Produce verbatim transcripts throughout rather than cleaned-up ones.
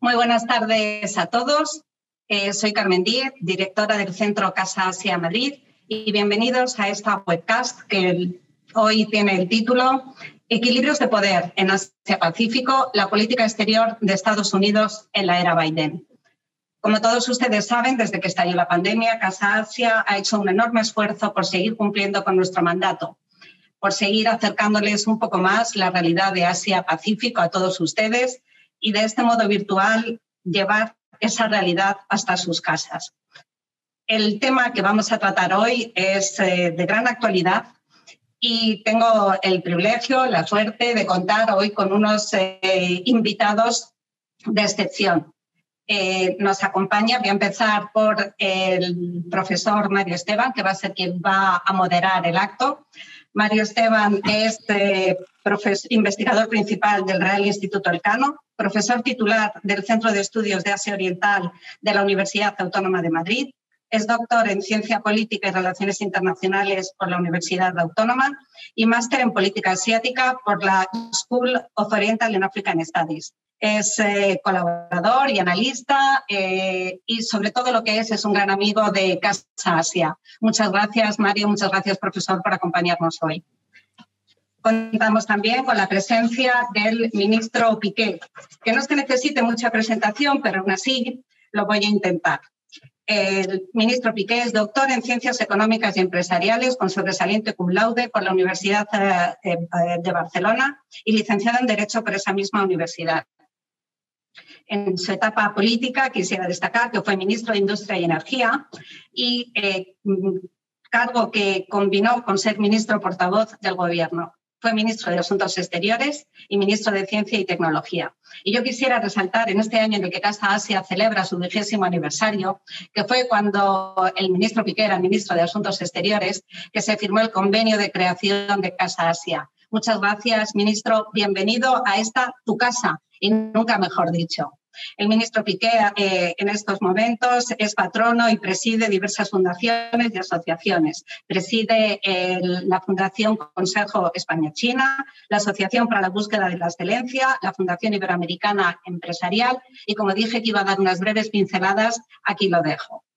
Muy buenas tardes a todos. Eh, soy Carmen Díez, directora del Centro Casa Asia Madrid, y bienvenidos a esta webcast que el, hoy tiene el título Equilibrios de poder en Asia-Pacífico, la política exterior de Estados Unidos en la era Biden. Como todos ustedes saben, desde que estalló la pandemia, Casa Asia ha hecho un enorme esfuerzo por seguir cumpliendo con nuestro mandato, por seguir acercándoles un poco más la realidad de Asia-Pacífico a todos ustedes y de este modo virtual llevar esa realidad hasta sus casas. El tema que vamos a tratar hoy es eh, de gran actualidad y tengo el privilegio, la suerte de contar hoy con unos eh, invitados de excepción. Eh, nos acompaña, voy a empezar por el profesor Mario Esteban, que va a ser quien va a moderar el acto. Mario Esteban es eh, investigador principal del Real Instituto Elcano, profesor titular del Centro de Estudios de Asia Oriental de la Universidad Autónoma de Madrid, es doctor en Ciencia Política y Relaciones Internacionales por la Universidad Autónoma y máster en Política Asiática por la School of Oriental and African Studies. Es eh, colaborador y analista eh, y sobre todo lo que es es un gran amigo de Casa Asia. Muchas gracias, Mario, muchas gracias, profesor, por acompañarnos hoy. Contamos también con la presencia del ministro Piqué, que no es que necesite mucha presentación, pero aún así lo voy a intentar. El ministro Piqué es doctor en Ciencias Económicas y Empresariales con sobresaliente cum laude por la Universidad de Barcelona y licenciado en Derecho por esa misma universidad. En su etapa política quisiera destacar que fue ministro de Industria y Energía y eh, cargo que combinó con ser ministro portavoz del Gobierno. Fue ministro de Asuntos Exteriores y ministro de Ciencia y Tecnología. Y yo quisiera resaltar en este año en el que Casa Asia celebra su vigésimo aniversario, que fue cuando el ministro Piqué era ministro de Asuntos Exteriores, que se firmó el convenio de creación de Casa Asia. Muchas gracias, ministro. Bienvenido a esta tu casa, y nunca mejor dicho. El ministro Piqué eh, en estos momentos es patrono y preside diversas fundaciones y asociaciones. Preside eh, la Fundación Consejo España-China, la Asociación para la Búsqueda de la Excelencia, la Fundación Iberoamericana Empresarial y, como dije que iba a dar unas breves pinceladas, aquí lo dejo.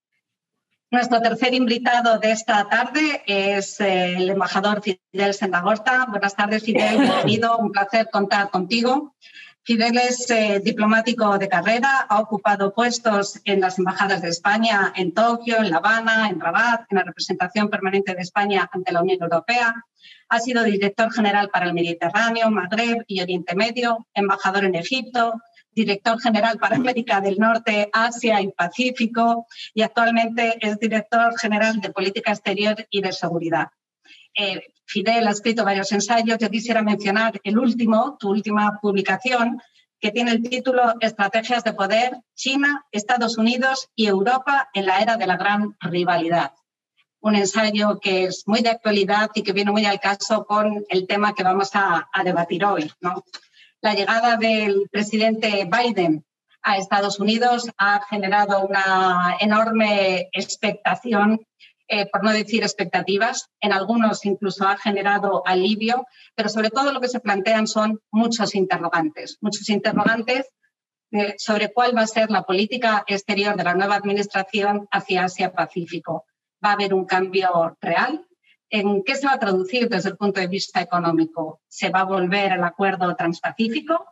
Nuestro tercer invitado de esta tarde es eh, el embajador Fidel Sendagorta. Buenas tardes, Fidel. Bienvenido. Un placer contar contigo. Fidel es eh, diplomático de carrera, ha ocupado puestos en las embajadas de España en Tokio, en La Habana, en Rabat, en la representación permanente de España ante la Unión Europea. Ha sido director general para el Mediterráneo, Magreb y Oriente Medio, embajador en Egipto, director general para América del Norte, Asia y Pacífico y actualmente es director general de Política Exterior y de Seguridad. Eh, Fidel ha escrito varios ensayos. Yo quisiera mencionar el último, tu última publicación, que tiene el título Estrategias de poder, China, Estados Unidos y Europa en la era de la gran rivalidad. Un ensayo que es muy de actualidad y que viene muy al caso con el tema que vamos a, a debatir hoy, ¿no? La llegada del presidente Biden a Estados Unidos ha generado una enorme expectación, Eh, por no decir expectativas, en algunos incluso ha generado alivio, pero sobre todo lo que se plantean son muchos interrogantes, muchos interrogantes eh, sobre cuál va a ser la política exterior de la nueva administración hacia Asia-Pacífico. ¿Va a haber un cambio real? ¿En qué se va a traducir desde el punto de vista económico? ¿Se va a volver al acuerdo transpacífico?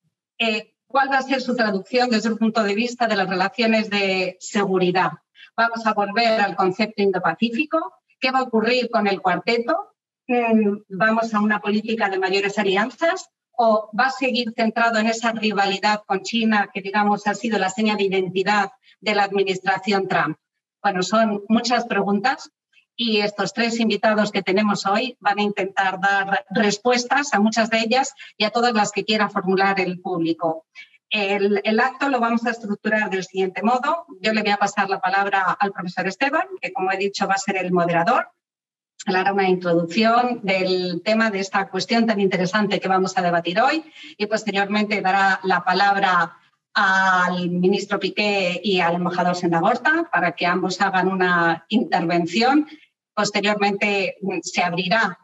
Eh, ¿Cuál va a ser su traducción desde el punto de vista de las relaciones de seguridad? ¿Vamos a volver al concepto Indo-Pacífico? ¿Qué va a ocurrir con el cuarteto? ¿Vamos a una política de mayores alianzas? ¿O va a seguir centrado en esa rivalidad con China que, digamos, ha sido la seña de identidad de la administración Trump? Bueno, son muchas preguntas y estos tres invitados que tenemos hoy van a intentar dar respuestas a muchas de ellas y a todas las que quiera formular el público. El, el acto lo vamos a estructurar del siguiente modo. Yo le voy a pasar la palabra al profesor Esteban, que como he dicho va a ser el moderador. Él hará una introducción del tema de esta cuestión tan interesante que vamos a debatir hoy y posteriormente dará la palabra al ministro Piqué y al embajador Sendagorta para que ambos hagan una intervención. Posteriormente se abrirá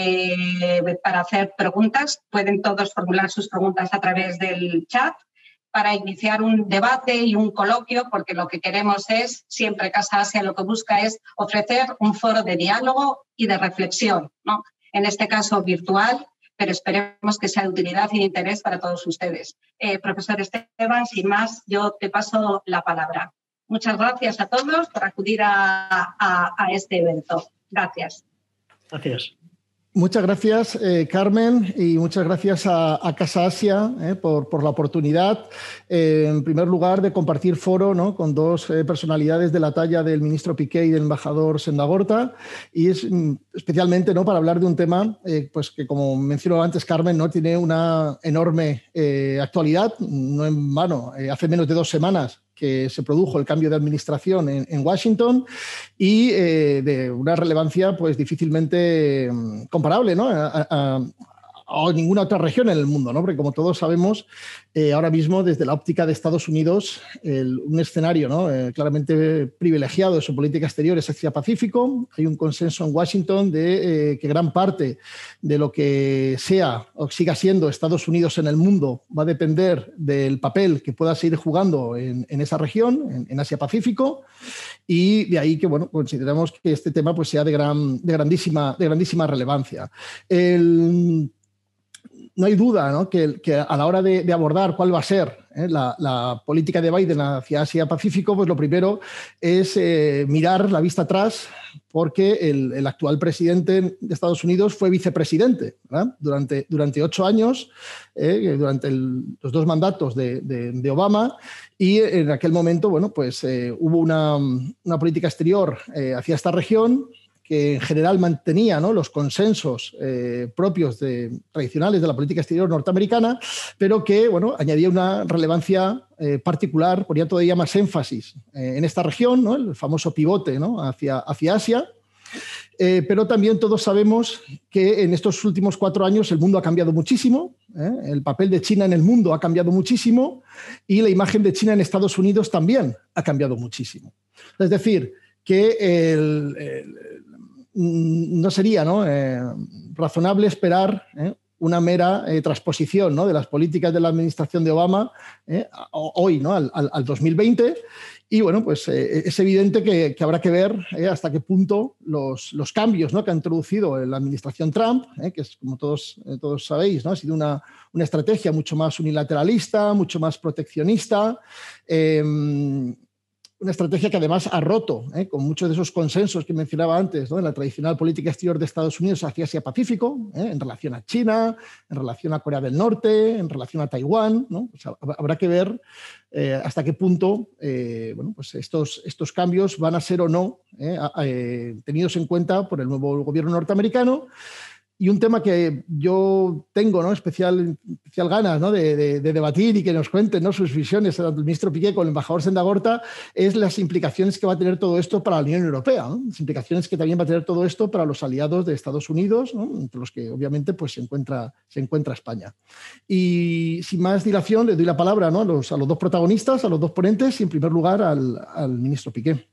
Eh, para hacer preguntas. Pueden todos formular sus preguntas a través del chat para iniciar un debate y un coloquio, porque lo que queremos es, siempre Casa Asia lo que busca es ofrecer un foro de diálogo y de reflexión, ¿no? En este caso virtual, pero esperemos que sea de utilidad y de interés para todos ustedes. Eh, profesor Esteban, sin más, yo te paso la palabra. Muchas gracias a todos por acudir a, a, a este evento. Gracias. Gracias. Muchas gracias, eh, Carmen, y muchas gracias a, a Casa Asia eh, por, por la oportunidad, eh, en primer lugar, de compartir foro, ¿no?, con dos eh, personalidades de la talla del ministro Piqué y del embajador Sendagorta, y es mm, especialmente, ¿no?, para hablar de un tema eh, pues que, como mencionó antes Carmen, ¿no?, tiene una enorme eh, actualidad. No en vano, eh, hace menos de dos semanas que se produjo el cambio de administración en, en Washington y eh, de una relevancia pues difícilmente um, comparable, ¿no?, a, a, a ninguna otra región en el mundo, ¿no? Porque, como todos sabemos, eh, ahora mismo, desde la óptica de Estados Unidos, el, un escenario, ¿no?, eh, claramente privilegiado de su política exterior es Asia-Pacífico. Hay un consenso en Washington de eh, que gran parte de lo que sea o siga siendo Estados Unidos en el mundo va a depender del papel que pueda seguir jugando en, en esa región, en, en Asia-Pacífico, y de ahí que, bueno, consideramos que este tema pues sea de, gran, de, grandísima, de grandísima relevancia. El... No hay duda, ¿no?, que, que a la hora de, de abordar cuál va a ser ¿eh? la, la política de Biden hacia Asia-Pacífico, pues lo primero es eh, mirar la vista atrás, porque el, el actual presidente de Estados Unidos fue vicepresidente durante, durante ocho años, eh, durante el, los dos mandatos de, de, de Obama, y en aquel momento, bueno, pues eh, hubo una, una política exterior eh, hacia esta región que en general mantenía, ¿no?, los consensos eh, propios de, tradicionales de la política exterior norteamericana, pero que, bueno, añadía una relevancia eh, particular, ponía todavía más énfasis eh, en esta región, ¿no?, el famoso pivote, ¿no?, hacia, hacia Asia. Eh, pero también todos sabemos que en estos últimos cuatro años el mundo ha cambiado muchísimo, ¿eh? El papel de China en el mundo ha cambiado muchísimo y la imagen de China en Estados Unidos también ha cambiado muchísimo. Es decir, que el, el no sería, ¿no?, eh, razonable esperar eh, una mera eh, transposición, ¿no?, de las políticas de la administración de Obama eh, hoy, ¿no?, al, al, al dos mil veinte. Y, bueno, pues eh, es evidente que, que habrá que ver eh, hasta qué punto los, los cambios, ¿no?, que ha introducido la administración Trump, eh, que es, como todos, eh, todos sabéis, ¿no?, ha sido una, una estrategia mucho más unilateralista, mucho más proteccionista, eh, una estrategia que además ha roto eh, con muchos de esos consensos que mencionaba antes, ¿no?, en la tradicional política exterior de Estados Unidos hacia Asia-Pacífico, eh, en relación a China, en relación a Corea del Norte, en relación a Taiwán, ¿no? O sea, habrá que ver eh, hasta qué punto eh, bueno, pues estos, estos cambios van a ser o no eh, eh, tenidos en cuenta por el nuevo gobierno norteamericano. Y un tema que yo tengo, ¿no?, especial, especial ganas, ¿no?, de, de, de debatir y que nos cuenten, ¿no?, sus visiones, tanto el ministro Piqué como el embajador Sendagorta, es las implicaciones que va a tener todo esto para la Unión Europea, ¿no?, las implicaciones que también va a tener todo esto para los aliados de Estados Unidos, ¿no?, entre los que obviamente pues, se, encuentra, se encuentra España. Y sin más dilación le doy la palabra, ¿no?, a, los, a los dos protagonistas, a los dos ponentes y en primer lugar al, al ministro Piqué.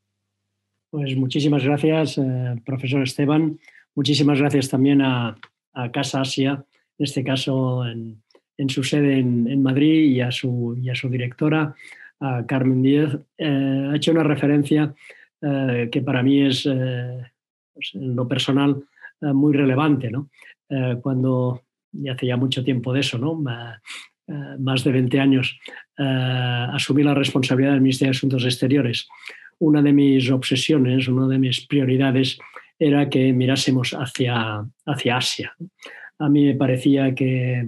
Pues muchísimas gracias, eh, profesor Esteban. Muchísimas gracias también a, a Casa Asia, en este caso en, en su sede en, en Madrid, y a, su, y a su directora, a Carmen Díez. Eh, ha hecho una referencia eh, que para mí es, eh, pues en lo personal, eh, muy relevante, ¿no? Eh, cuando, y hace ya mucho tiempo de eso, ¿no?, eh, más de veinte años, eh, asumí la responsabilidad del Ministerio de Asuntos Exteriores. Una de mis obsesiones, una de mis prioridades era que mirásemos hacia, hacia Asia. A mí me parecía que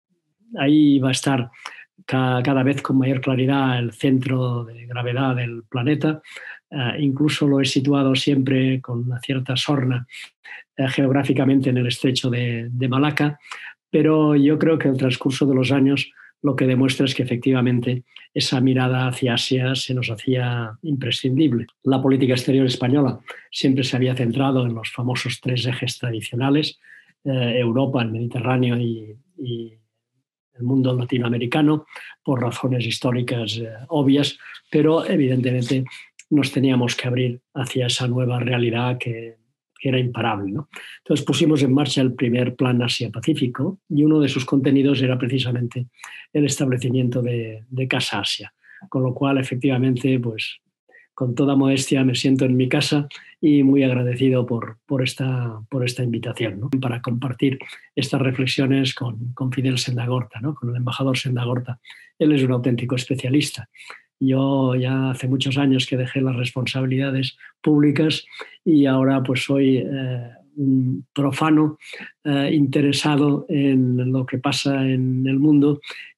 ahí iba a estar cada, cada vez con mayor claridad el centro de gravedad del planeta. Uh, incluso lo he situado siempre con una cierta sorna uh, geográficamente en el estrecho de, de Malaca, pero yo creo que el transcurso de los años lo que demuestra es que efectivamente esa mirada hacia Asia se nos hacía imprescindible. La política exterior española siempre se había centrado en los famosos tres ejes tradicionales, eh, Europa, el Mediterráneo y, y el mundo latinoamericano, por razones históricas eh, obvias, pero evidentemente nos teníamos que abrir hacia esa nueva realidad que, que era imparable, ¿no? Entonces pusimos en marcha el primer Plan Asia-Pacífico y uno de sus contenidos era precisamente el establecimiento de, de Casa Asia, con lo cual efectivamente, pues con toda modestia me siento en mi casa y muy agradecido por, por, esta, por esta invitación, ¿no? Para compartir estas reflexiones con, con Fidel Sendagorta, ¿no? Con el embajador Sendagorta. Él es un auténtico especialista. Yo ya hace muchos años que dejé las responsabilidades públicas y ahora pues soy eh, un profano eh, interesado en lo que pasa en el mundo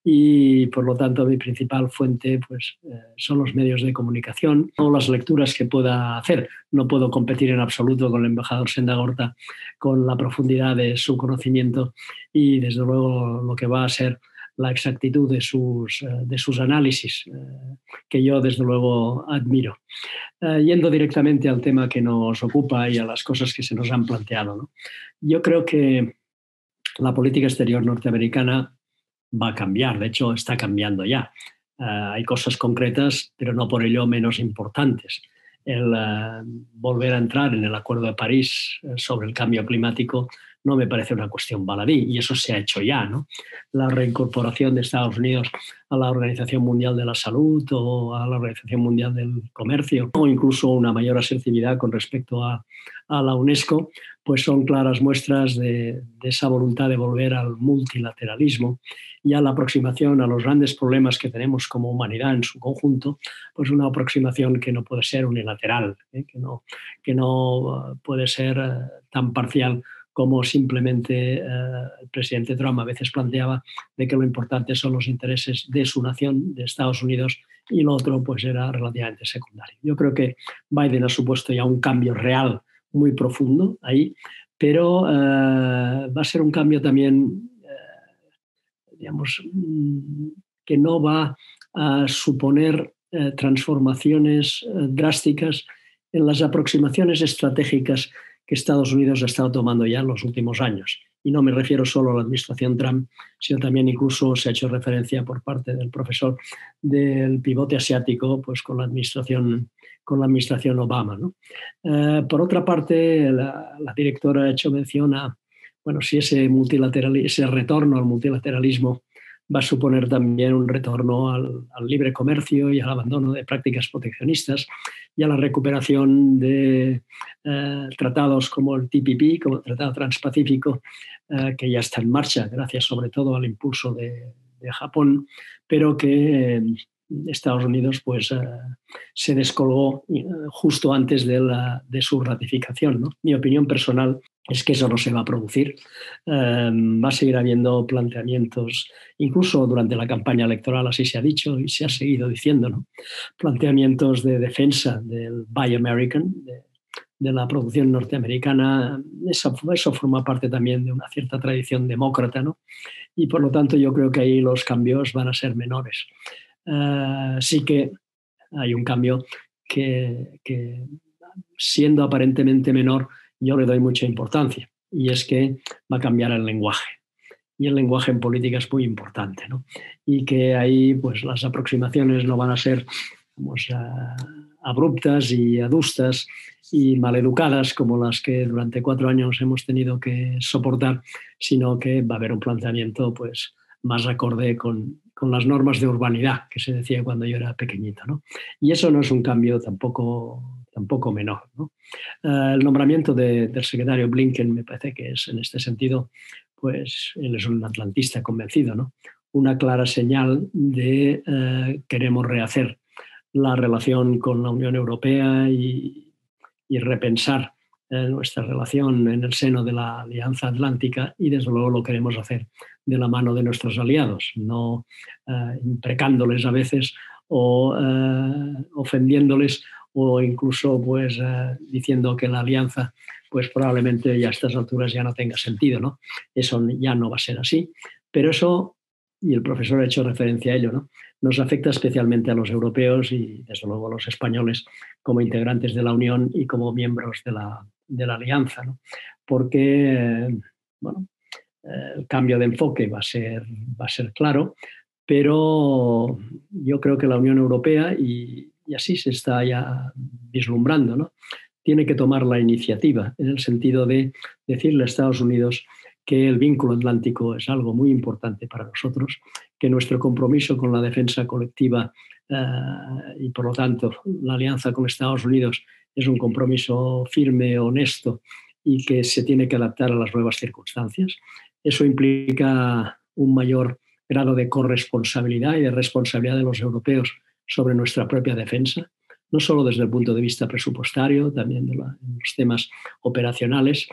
y por lo tanto mi principal fuente pues, eh, son los medios de comunicación o las lecturas que pueda hacer. No puedo competir en absoluto con el embajador Sendagorta con la profundidad de su conocimiento y desde luego lo que va a ser la exactitud de sus, de sus análisis, eh, que yo desde luego admiro. Eh, yendo directamente al tema que nos ocupa y a las cosas que se nos han planteado, ¿no? Yo creo que la política exterior norteamericana va a cambiar, de hecho está cambiando ya. Eh, hay cosas concretas, pero no por ello menos importantes. El uh, volver a entrar en el Acuerdo de París uh, sobre el cambio climático no me parece una cuestión baladí, y eso se ha hecho ya, ¿no? La reincorporación de Estados Unidos a la Organización Mundial de la Salud o a la Organización Mundial del Comercio, o incluso una mayor asertividad con respecto a, a la UNESCO, pues son claras muestras de, de esa voluntad de volver al multilateralismo y a la aproximación a los grandes problemas que tenemos como humanidad en su conjunto, pues una aproximación que no puede ser unilateral, ¿eh? que, no, que no puede ser eh, tan parcial como simplemente eh, el presidente Trump a veces planteaba, de que lo importante son los intereses de su nación, de Estados Unidos, y lo otro pues era relativamente secundario. Yo creo que Biden ha supuesto ya un cambio real muy profundo ahí, pero eh, va a ser un cambio también, eh, digamos, que no va a suponer eh, transformaciones eh, drásticas en las aproximaciones estratégicas que Estados Unidos ha estado tomando ya en los últimos años. Y no me refiero solo a la administración Trump, sino también incluso se ha hecho referencia por parte del profesor del pivote asiático, pues con la administración, con la administración Obama, ¿no? Eh, por otra parte, la, la directora ha hecho mención a, bueno, si ese, multilateral, ese retorno al multilateralismo va a suponer también un retorno al, al libre comercio y al abandono de prácticas proteccionistas y a la recuperación de eh, tratados como el T P P, como el Tratado Transpacífico, eh, que ya está en marcha, gracias sobre todo al impulso de, de Japón, pero que eh, Estados Unidos pues, eh, se descolgó eh, justo antes de, la, de su ratificación, ¿no? Mi opinión personal es que eso no se va a producir. Eh, va a seguir habiendo planteamientos, incluso durante la campaña electoral así se ha dicho y se ha seguido diciendo, ¿no? Planteamientos de defensa del Buy American, de, de la producción norteamericana. Eso, eso forma parte también de una cierta tradición demócrata, ¿no? Y por lo tanto yo creo que ahí los cambios van a ser menores. Eh, sí que hay un cambio que, que siendo aparentemente menor, yo le doy mucha importancia, y es que va a cambiar el lenguaje. Y el lenguaje en política es muy importante, ¿no? Y que ahí pues, las aproximaciones no van a ser digamos, abruptas y adustas y maleducadas como las que durante cuatro años hemos tenido que soportar, sino que va a haber un planteamiento pues, más acorde con, con las normas de urbanidad que se decía cuando yo era pequeñito, ¿no? Y eso no es un cambio tampoco, tampoco menor, ¿no? Uh, el nombramiento de, del secretario Blinken me parece que es en este sentido, pues él es un atlantista convencido, ¿no? Una clara señal de uh, queremos rehacer la relación con la Unión Europea y, y repensar eh, nuestra relación en el seno de la Alianza Atlántica, y desde luego lo queremos hacer de la mano de nuestros aliados, no eh, imprecándoles a veces o eh, ofendiéndoles o incluso pues, eh, diciendo que la alianza pues, probablemente ya a estas alturas ya no tenga sentido, ¿no? Eso ya no va a ser así, pero eso, y el profesor ha hecho referencia a ello, ¿no? Nos afecta especialmente a los europeos y desde luego a los españoles como integrantes de la Unión y como miembros de la, de la alianza, ¿no? Porque eh, bueno, eh, el cambio de enfoque va a ser, va a ser claro, pero yo creo que la Unión Europea, y, y así se está ya vislumbrando, ¿no? tiene que tomar la iniciativa en el sentido de decirle a Estados Unidos que el vínculo atlántico es algo muy importante para nosotros, que nuestro compromiso con la defensa colectiva eh, y por lo tanto la alianza con Estados Unidos es un compromiso firme, honesto y que se tiene que adaptar a las nuevas circunstancias. Eso implica un mayor grado de corresponsabilidad y de responsabilidad de los europeos sobre nuestra propia defensa, no solo desde el punto de vista presupuestario, también de la, en los temas operacionales,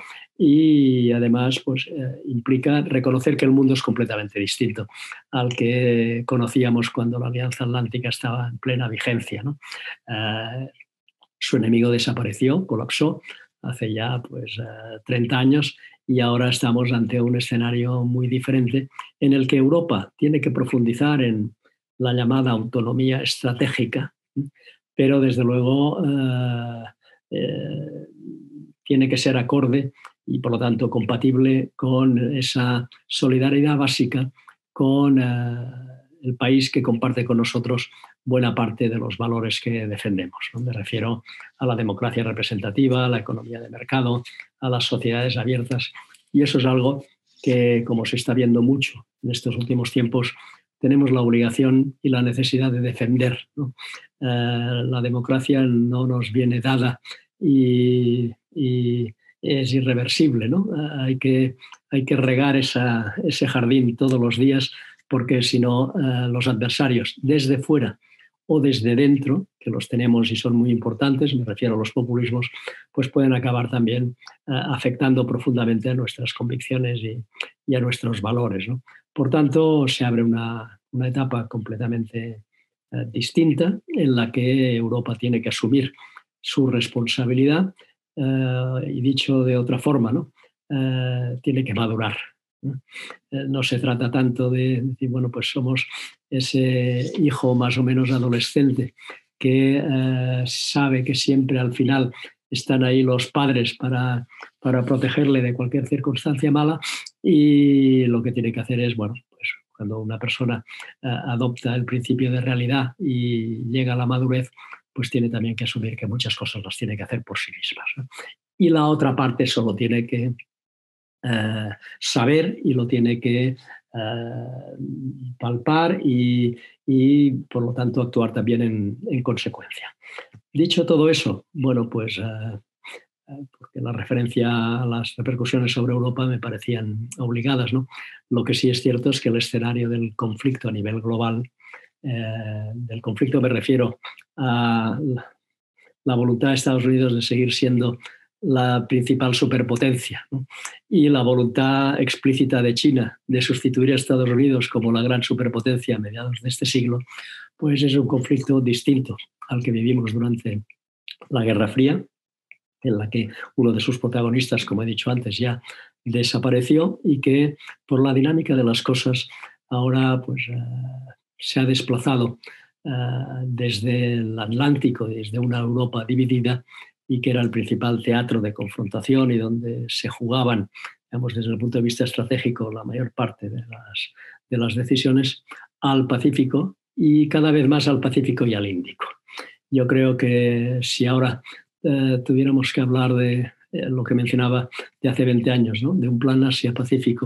y además pues, eh, implica reconocer que el mundo es completamente distinto al que conocíamos cuando la Alianza Atlántica estaba en plena vigencia, ¿no? Eh, su enemigo desapareció, colapsó hace ya pues, eh, treinta años, y ahora estamos ante un escenario muy diferente en el que Europa tiene que profundizar en la llamada autonomía estratégica, pero desde luego eh, eh, tiene que ser acorde y por lo tanto compatible con esa solidaridad básica con eh, el país que comparte con nosotros buena parte de los valores que defendemos, ¿no? Me refiero a la democracia representativa, a la economía de mercado, a las sociedades abiertas, y eso es algo que, como se está viendo mucho en estos últimos tiempos, tenemos la obligación y la necesidad de defender, ¿no? Eh, la democracia no nos viene dada y, y es irreversible, ¿no? Eh, hay que, hay que regar esa, ese jardín todos los días, porque si no, eh, los adversarios desde fuera o desde dentro, que los tenemos y son muy importantes, me refiero a los populismos, pues pueden acabar también eh, afectando profundamente a nuestras convicciones y, y a nuestros valores, ¿no? Por tanto, se abre una, una etapa completamente eh, distinta en la que Europa tiene que asumir su responsabilidad eh, y dicho de otra forma, ¿no? Eh, tiene que madurar. ¿no? Eh, no se trata tanto de decir, bueno, pues somos ese hijo más o menos adolescente que eh, sabe que siempre al final están ahí los padres para, para protegerle de cualquier circunstancia mala, y lo que tiene que hacer es, bueno, pues cuando una persona eh, adopta el principio de realidad y llega a la madurez, pues tiene también que asumir que muchas cosas las tiene que hacer por sí mismas, ¿no? Y la otra parte solo tiene que eh, saber y lo tiene que eh, palpar y, y, por lo tanto, actuar también en, en consecuencia. Dicho todo eso, bueno, pues eh, porque la referencia a las repercusiones sobre Europa me parecían obligadas, ¿no? Lo que sí es cierto es que el escenario del conflicto a nivel global, eh, del conflicto me refiero a la voluntad de Estados Unidos de seguir siendo la principal superpotencia, ¿no? Y la voluntad explícita de China de sustituir a Estados Unidos como la gran superpotencia a mediados de este siglo, pues es un conflicto distinto al que vivimos durante la Guerra Fría, en la que uno de sus protagonistas, como he dicho antes, ya desapareció y que por la dinámica de las cosas ahora pues, uh, se ha desplazado uh, desde el Atlántico, desde una Europa dividida, y que era el principal teatro de confrontación y donde se jugaban, digamos, desde el punto de vista estratégico, la mayor parte de las, de las decisiones, al Pacífico, y cada vez más al Pacífico y al Índico. Yo creo que si ahora eh, tuviéramos que hablar de eh, lo que mencionaba de hace veinte años, ¿no? De un plan Asia-Pacífico,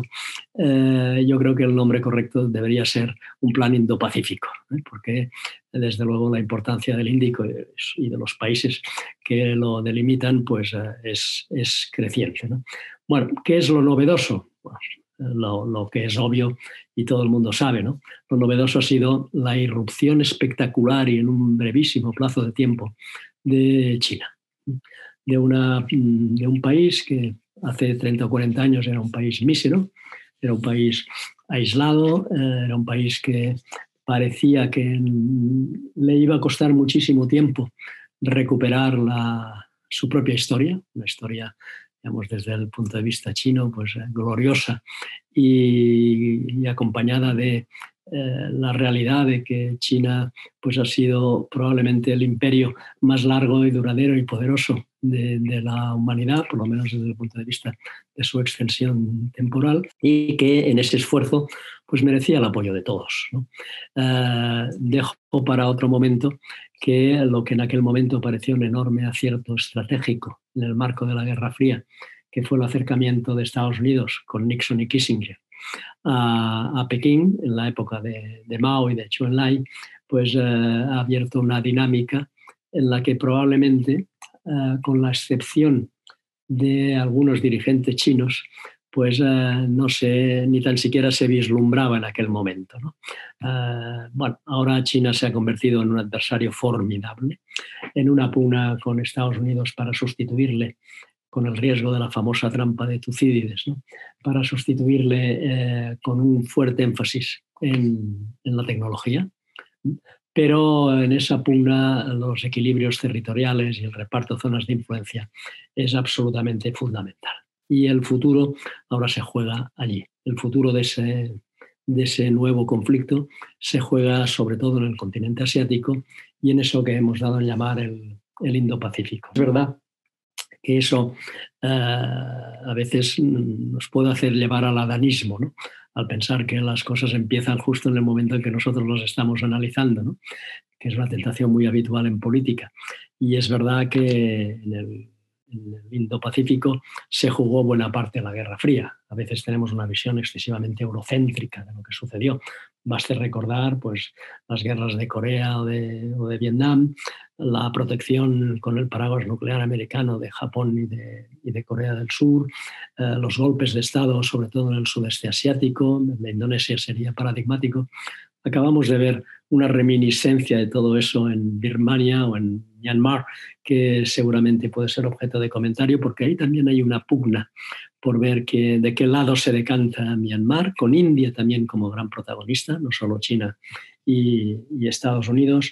eh, yo creo que el nombre correcto debería ser un plan Indo-Pacífico, ¿eh? Porque desde luego la importancia del Índico y de los países que lo delimitan pues eh, es, es creciente, ¿no? Bueno, ¿qué es lo novedoso? Bueno, Lo, lo que es obvio y todo el mundo sabe, ¿no? Lo novedoso ha sido la irrupción espectacular y en un brevísimo plazo de tiempo de China, de, una, de un país que hace treinta o cuarenta años era un país mísero, era un país aislado, era un país que parecía que le iba a costar muchísimo tiempo recuperar la, su propia historia, una historia, digamos, desde el punto de vista chino, pues gloriosa y, y acompañada de eh, la realidad de que China pues, ha sido probablemente el imperio más largo y duradero y poderoso de, de la humanidad, por lo menos desde el punto de vista de su extensión temporal, y que en ese esfuerzo pues, merecía el apoyo de todos, ¿no? Eh, dejo para otro momento que lo que en aquel momento pareció un enorme acierto estratégico en el marco de la Guerra Fría, que fue el acercamiento de Estados Unidos con Nixon y Kissinger a, a Pekín en la época de, de Mao y de Zhou Enlai, pues eh, ha abierto una dinámica en la que probablemente, eh, con la excepción de algunos dirigentes chinos, pues eh, no sé, ni tan siquiera se vislumbraba en aquel momento, ¿no? Eh, bueno, ahora China se ha convertido en un adversario formidable, en una pugna con Estados Unidos para sustituirle, con el riesgo de la famosa trampa de Tucídides, ¿no? Para sustituirle eh, con un fuerte énfasis en, en la tecnología. Pero en esa pugna los equilibrios territoriales y el reparto de zonas de influencia es absolutamente fundamental. Y el futuro ahora se juega allí. El futuro de ese, de ese nuevo conflicto se juega sobre todo en el continente asiático y en eso que hemos dado en llamar el, el Indo-Pacífico. Es verdad que eso eh, a veces nos puede hacer llevar al adanismo, ¿no? Al pensar que las cosas empiezan justo en el momento en que nosotros los estamos analizando, ¿no? Que es una tentación muy habitual en política. Y es verdad que en el, en el Indo-Pacífico se jugó buena parte de la Guerra Fría. A veces tenemos una visión excesivamente eurocéntrica de lo que sucedió. Baste recordar pues, las guerras de Corea o de, o de Vietnam, la protección con el paraguas nuclear americano de Japón y de, y de Corea del Sur, eh, los golpes de Estado, sobre todo en el sudeste asiático, en la Indonesia sería paradigmático. Acabamos de ver una reminiscencia de todo eso en Birmania o en Myanmar, que seguramente puede ser objeto de comentario, porque ahí también hay una pugna por ver que, de qué lado se decanta Myanmar, con India también como gran protagonista, no solo China y, y Estados Unidos,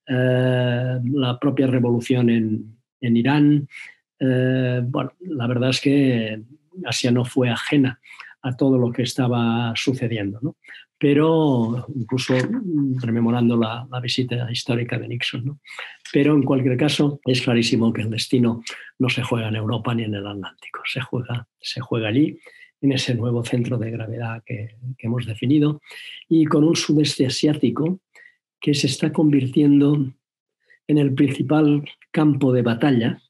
eh, la propia revolución en, en Irán. Eh, bueno, la verdad es que Asia no fue ajena a todo lo que estaba sucediendo, ¿no? Pero incluso rememorando la, la visita histórica de Nixon, ¿no? Pero en cualquier caso es clarísimo que el destino no se juega en Europa ni en el Atlántico, se juega, se juega allí, en ese nuevo centro de gravedad que, que hemos definido, y con un sudeste asiático que se está convirtiendo en el principal campo de batalla,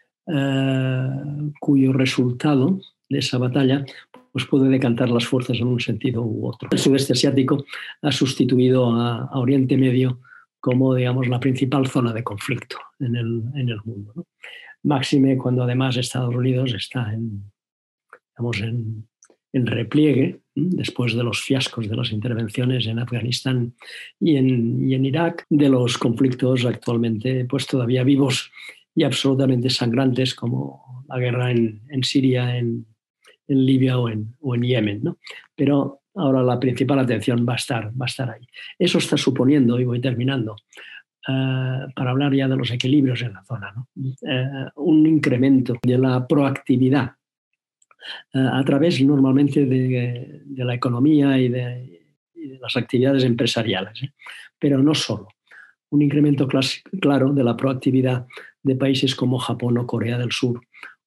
eh, cuyo resultado de esa batalla pues puede decantar las fuerzas en un sentido u otro. El sudeste asiático ha sustituido a, a Oriente Medio como, digamos, la principal zona de conflicto en el, en el mundo, ¿no? Máxime cuando además Estados Unidos está en, digamos, en, en repliegue, ¿sí? Después de los fiascos de las intervenciones en Afganistán y en, y en Irak, de los conflictos actualmente pues todavía vivos y absolutamente sangrantes como la guerra en, en Siria, en en Libia o en, o en Yemen, ¿no? Pero ahora la principal atención va a estar, va a estar ahí. Eso está suponiendo, y voy terminando, uh, para hablar ya de los equilibrios en la zona, ¿no? Uh, un incremento de la proactividad uh, a través normalmente de, de la economía y de, y de las actividades empresariales, ¿eh? Pero no solo. Un incremento clas- claro de la proactividad de países como Japón o Corea del Sur,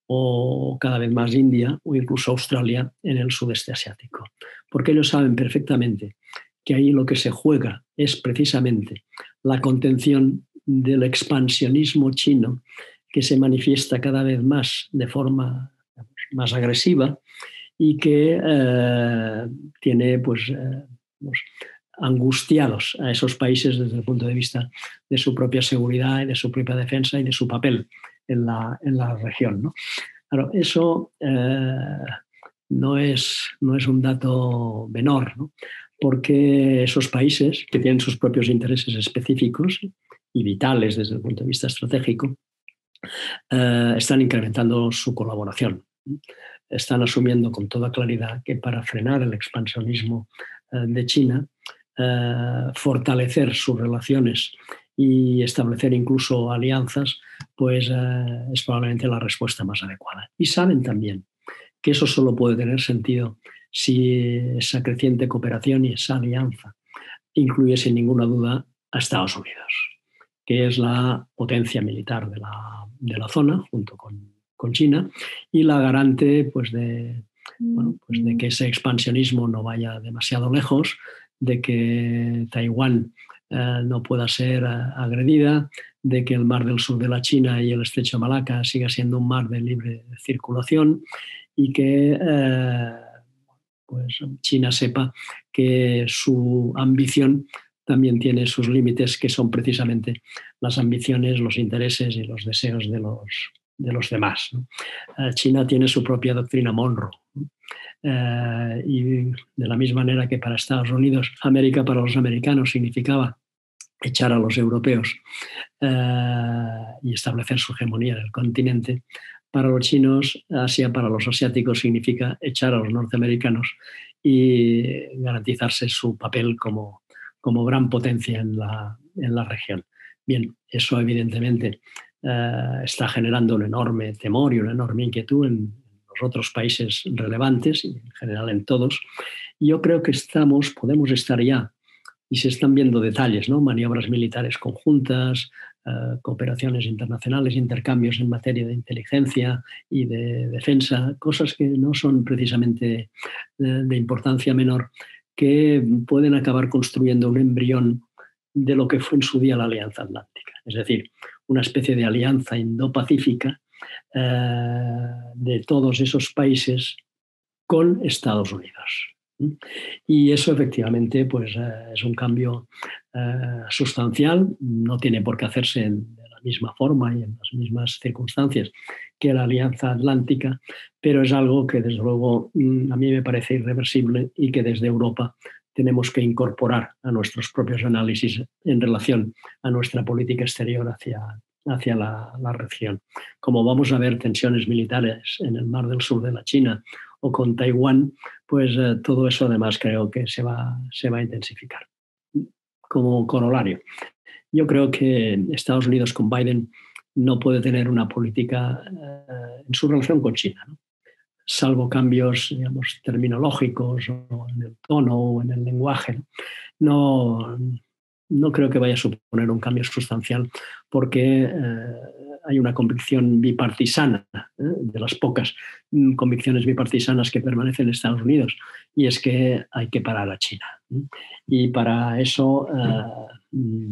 o cada vez más India o incluso Australia en el sudeste asiático. Porque ellos saben perfectamente que ahí lo que se juega es precisamente la contención del expansionismo chino, que se manifiesta cada vez más de forma, digamos, más agresiva y que eh, tiene pues, eh, pues, angustiados a esos países desde el punto de vista de su propia seguridad y de su propia defensa y de su papel en la, en la región, ¿no? Claro, eso eh, no, es, no es un dato menor, ¿no? Porque esos países que tienen sus propios intereses específicos y vitales desde el punto de vista estratégico, eh, están incrementando su colaboración. Están asumiendo con toda claridad que para frenar el expansionismo eh, de China, eh, fortalecer sus relaciones y establecer incluso alianzas, pues eh, es probablemente la respuesta más adecuada. Y saben también que eso solo puede tener sentido si esa creciente cooperación y esa alianza incluye sin ninguna duda a Estados Unidos, que es la potencia militar de la, de la zona, junto con, con China, y la garante pues, de, bueno, pues de que ese expansionismo no vaya demasiado lejos, de que Taiwán eh, no pueda ser eh, agredida, de que el mar del sur de la China y el estrecho de Malaca siga siendo un mar de libre circulación y que eh, pues China sepa que su ambición también tiene sus límites, que son precisamente las ambiciones, los intereses y los deseos de los, de los demás, ¿no? Eh, China tiene su propia doctrina Monroe. Eh, y de la misma manera que para Estados Unidos, América para los americanos significaba echar a los europeos eh, y establecer su hegemonía en el continente, para los chinos, Asia para los asiáticos significa echar a los norteamericanos y garantizarse su papel como, como gran potencia en la, en la región. Bien, eso evidentemente eh, está generando un enorme temor y una enorme inquietud en los otros países relevantes y en general en todos. Yo creo que estamos, podemos estar ya, y se están viendo detalles, ¿no? Maniobras militares conjuntas, eh, cooperaciones internacionales, intercambios en materia de inteligencia y de defensa, cosas que no son precisamente de, de importancia menor, que pueden acabar construyendo un embrión de lo que fue en su día la Alianza Atlántica. Es decir, una especie de alianza indo-pacífica eh, de todos esos países con Estados Unidos. Y eso efectivamente pues, eh, es un cambio eh, sustancial, no tiene por qué hacerse en, de la misma forma y en las mismas circunstancias que la Alianza Atlántica, pero es algo que desde luego a mí me parece irreversible y que desde Europa tenemos que incorporar a nuestros propios análisis en relación a nuestra política exterior hacia, hacia la, la región. Como vamos a ver tensiones militares en el Mar del Sur de la China o con Taiwán, pues eh, todo eso además creo que se va, se va a intensificar. Como corolario, yo creo que Estados Unidos con Biden no puede tener una política eh, en su relación con China, ¿no? Salvo cambios, digamos, terminológicos o en el tono o en el lenguaje, no, no creo que vaya a suponer un cambio sustancial porque eh, hay una convicción bipartisana, ¿eh? de las pocas convicciones bipartisanas que permanecen en Estados Unidos, y es que hay que parar a China. ¿eh? Y para eso, eh,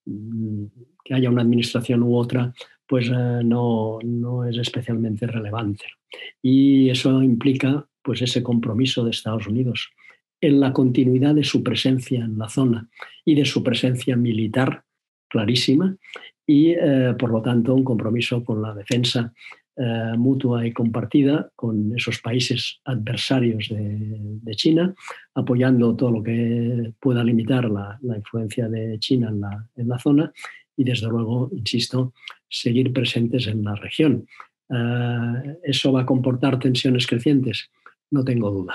que haya una administración u otra, pues eh, no, no es especialmente relevante. Y eso implica pues, ese compromiso de Estados Unidos en la continuidad de su presencia en la zona y de su presencia militar clarísima y, eh, por lo tanto, un compromiso con la defensa eh, mutua y compartida con esos países adversarios de, de China, apoyando todo lo que pueda limitar la, la influencia de China en la, en la zona y, desde luego, insisto, seguir presentes en la región. Eh, ¿Eso va a comportar tensiones crecientes? No tengo duda.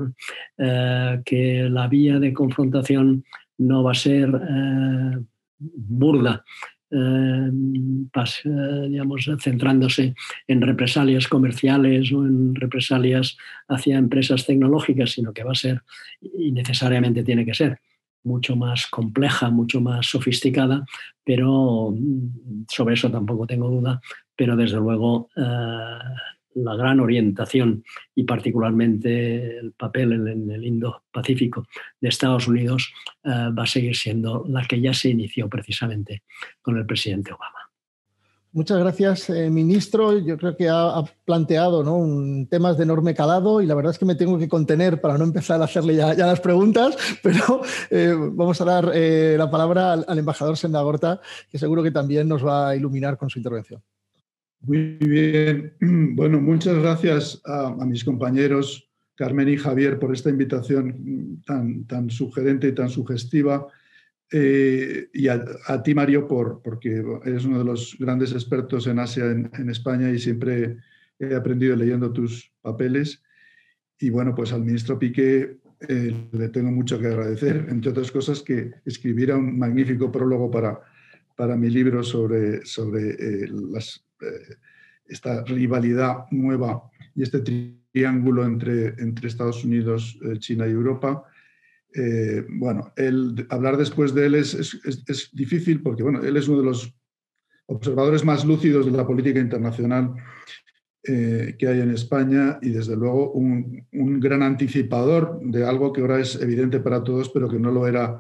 Eh, que la vía de confrontación no va a ser eh, burda, eh, pas, eh, digamos, centrándose en represalias comerciales o en represalias hacia empresas tecnológicas, sino que va a ser, y necesariamente tiene que ser, mucho más compleja, mucho más sofisticada, pero sobre eso tampoco tengo duda, pero desde luego eh, la gran orientación y particularmente el papel en el Indo-Pacífico de Estados Unidos eh, va a seguir siendo la que ya se inició precisamente con el presidente Obama. Muchas gracias, eh, ministro. Yo creo que ha, ha planteado, ¿no?, un, temas de enorme calado y la verdad es que me tengo que contener para no empezar a hacerle ya, ya las preguntas, pero eh, vamos a dar eh, la palabra al, al embajador Sendagorta, que seguro que también nos va a iluminar con su intervención. Muy bien. Bueno, muchas gracias a, a mis compañeros Carmen y Javier por esta invitación tan, tan sugerente y tan sugestiva. Eh, y a, a ti, Mario, por, porque eres uno de los grandes expertos en Asia en, en España y siempre he aprendido leyendo tus papeles. Y bueno, pues al ministro Piqué eh, le tengo mucho que agradecer, entre otras cosas, que escribiera un magnífico prólogo para, para mi libro sobre, sobre eh, las, eh, esta rivalidad nueva y este triángulo entre, entre Estados Unidos, eh, China y Europa. Eh, bueno, el, hablar después de él es, es, es, es difícil porque bueno, él es uno de los observadores más lúcidos de la política internacional eh, que hay en España y desde luego un, un gran anticipador de algo que ahora es evidente para todos pero que no lo era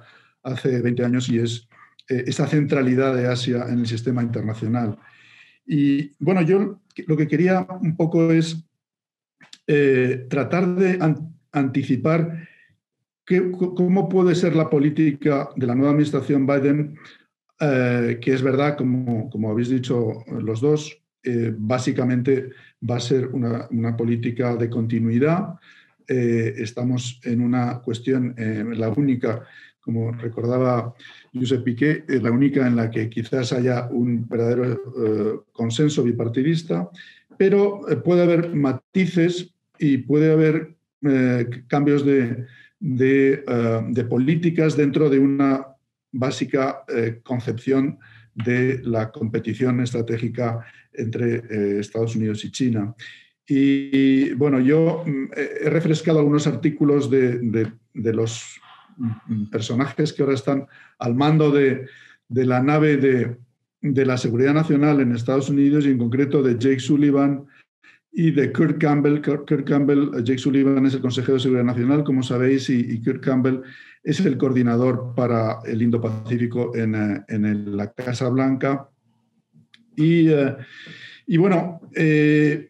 hace veinte años y es eh, esa centralidad de Asia en el sistema internacional. Y bueno, yo lo que quería un poco es eh, tratar de an anticipar qué, cómo puede ser la política de la nueva administración Biden, eh, que es verdad, como, como habéis dicho los dos, eh, básicamente va a ser una, una política de continuidad. Eh, estamos en una cuestión, eh, la única, como recordaba Josep Piqué, eh, la única en la que quizás haya un verdadero eh, consenso bipartidista, pero eh, puede haber matices y puede haber eh, cambios de, de, uh, de políticas dentro de una básica eh, concepción de la competición estratégica entre eh, Estados Unidos y China. Y, y bueno, yo he refrescado algunos artículos de, de, de los personajes que ahora están al mando de, de la nave de, de la seguridad nacional en Estados Unidos y en concreto de Jake Sullivan y de Kurt Campbell. Kurt Campbell, Jake Sullivan es el consejero de Seguridad Nacional, como sabéis, y, y Kurt Campbell es el coordinador para el Indo-Pacífico en, en la Casa Blanca. Y, uh, y bueno, eh,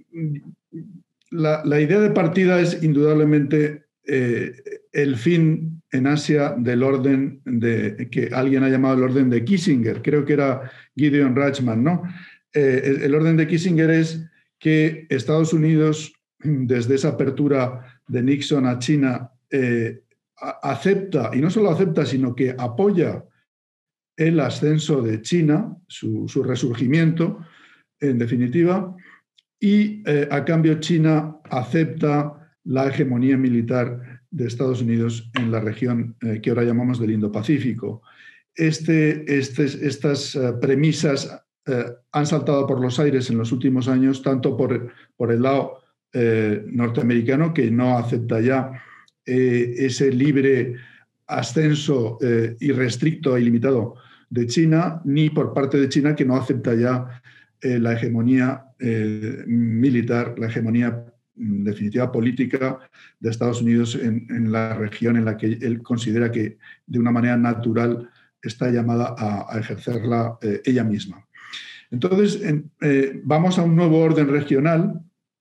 la, la idea de partida es indudablemente eh, el fin en Asia del orden de, que alguien ha llamado el orden de Kissinger, creo que era Gideon Rachman, ¿no? Eh, el, el orden de Kissinger es que Estados Unidos, desde esa apertura de Nixon a China, eh, acepta, y no solo acepta, sino que apoya el ascenso de China, su, su resurgimiento, en definitiva, y eh, a cambio China acepta la hegemonía militar de Estados Unidos en la región eh, que ahora llamamos del Indo-Pacífico. Este, este, estas uh, premisas Eh, han saltado por los aires en los últimos años, tanto por, por el lado eh, norteamericano, que no acepta ya eh, ese libre ascenso eh, irrestricto e ilimitado de China, ni por parte de China, que no acepta ya eh, la hegemonía eh, militar, la hegemonía en definitiva política de Estados Unidos en, en la región en la que él considera que de una manera natural está llamada a, a ejercerla eh, ella misma. Entonces, eh, vamos a un nuevo orden regional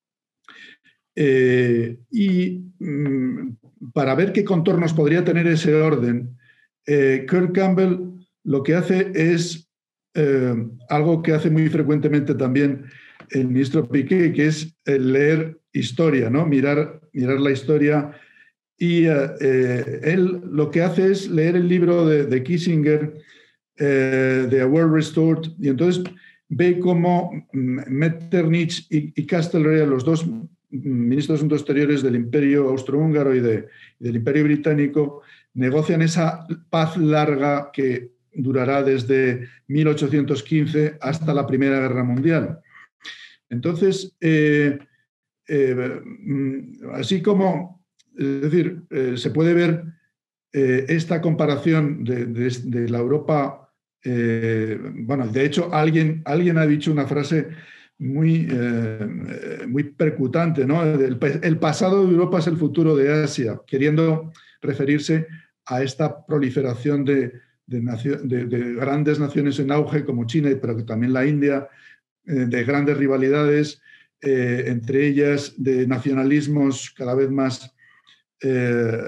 eh, y mm, para ver qué contornos podría tener ese orden, eh, Kurt Campbell lo que hace es eh, algo que hace muy frecuentemente también el ministro Piqué, que es leer historia, ¿no? mirar, mirar la historia. Y eh, él lo que hace es leer el libro de, de Kissinger, eh, de A World Restored, y entonces ve cómo Metternich y, y Castlereagh, los dos ministros de Asuntos Exteriores del Imperio Austrohúngaro y, de, y del Imperio Británico, negocian esa paz larga que durará desde mil ochocientos quince hasta la Primera Guerra Mundial. Entonces, eh, eh, así como, es decir, eh, se puede ver eh, esta comparación de, de, de la Europa. Eh, bueno, de hecho, alguien, alguien ha dicho una frase muy, eh, muy percutante, ¿no? El, el pasado de Europa es el futuro de Asia, queriendo referirse a esta proliferación de, de, nación, de, de grandes naciones en auge como China, pero también la India, eh, de grandes rivalidades, eh, entre ellas de nacionalismos cada vez más, eh,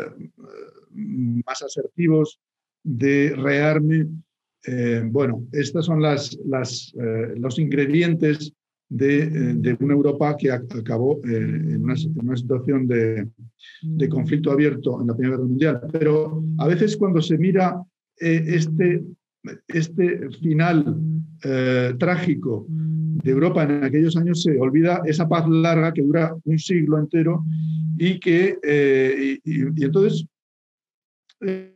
más asertivos, de rearme. Eh, bueno, estos son las, las, eh, los ingredientes de, eh, de una Europa que acabó eh, en, una, en una situación de, de conflicto abierto en la Primera Guerra Mundial. Pero a veces cuando se mira eh, este, este final eh, trágico de Europa en aquellos años, se olvida esa paz larga que dura un siglo entero y que, eh, y, y entonces, eh,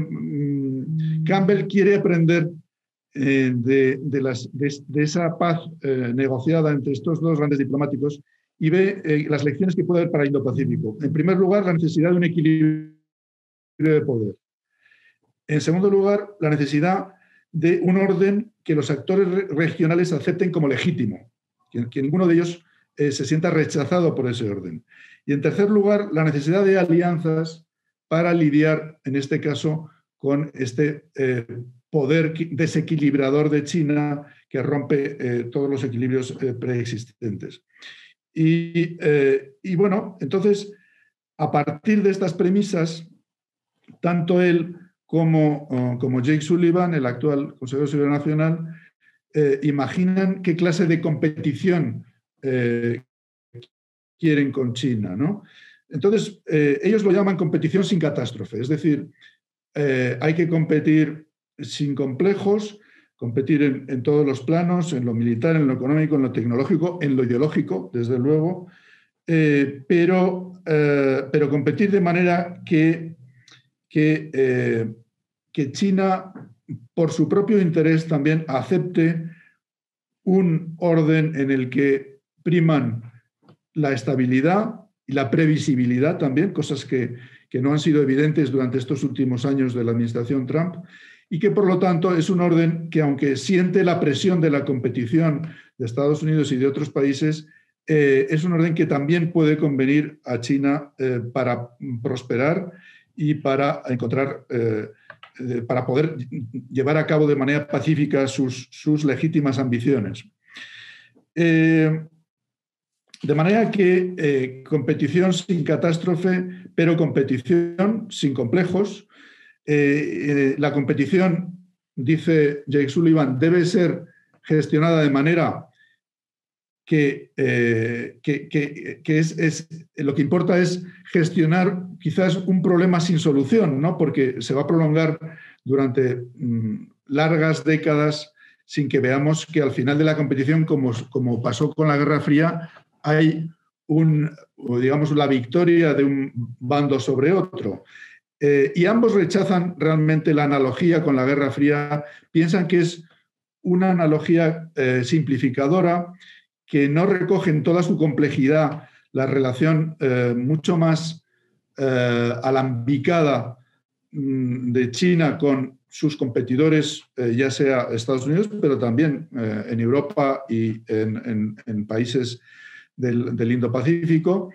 Campbell quiere aprender eh, de, de, las, de, de esa paz eh, negociada entre estos dos grandes diplomáticos y ve eh, las lecciones que puede haber para el Indo-Pacífico. En primer lugar, la necesidad de un equilibrio de poder. En segundo lugar, la necesidad de un orden que los actores re regionales acepten como legítimo, que, que ninguno de ellos eh, se sienta rechazado por ese orden. Y en tercer lugar, la necesidad de alianzas para lidiar, en este caso, con este eh, poder desequilibrador de China que rompe eh, todos los equilibrios eh, preexistentes. Y, eh, y bueno, entonces, a partir de estas premisas, tanto él como, como Jake Sullivan, el actual consejero de Seguridad Nacional, eh, imaginan qué clase de competición eh, quieren con China, ¿no? Entonces, eh, ellos lo llaman competición sin catástrofe, es decir, eh, hay que competir sin complejos, competir en, en todos los planos, en lo militar, en lo económico, en lo tecnológico, en lo ideológico, desde luego, eh, pero, eh, pero competir de manera que, que, eh, que China, por su propio interés, también acepte un orden en el que priman la estabilidad y la previsibilidad también, cosas que, que no han sido evidentes durante estos últimos años de la administración Trump, y que por lo tanto es un orden que, aunque siente la presión de la competición de Estados Unidos y de otros países, eh, es un orden que también puede convenir a China eh, para prosperar y para encontrar, eh, eh, para poder llevar a cabo de manera pacífica sus, sus legítimas ambiciones. Eh, De manera que eh, competición sin catástrofe, pero competición sin complejos. Eh, eh, la competición, dice Jake Sullivan, debe ser gestionada de manera que, eh, que, que, que es, es, lo que importa es gestionar quizás un problema sin solución, ¿no? Porque se va a prolongar durante mmm, largas décadas sin que veamos que al final de la competición, como, como pasó con la Guerra Fría, hay un, digamos, la victoria de un bando sobre otro. Eh, y ambos rechazan realmente la analogía con la Guerra Fría, piensan que es una analogía eh, simplificadora, que no recoge en toda su complejidad la relación eh, mucho más eh, alambicada mmm, de China con sus competidores, eh, ya sea Estados Unidos, pero también eh, en Europa y en, en, en países del, del Indo-Pacífico,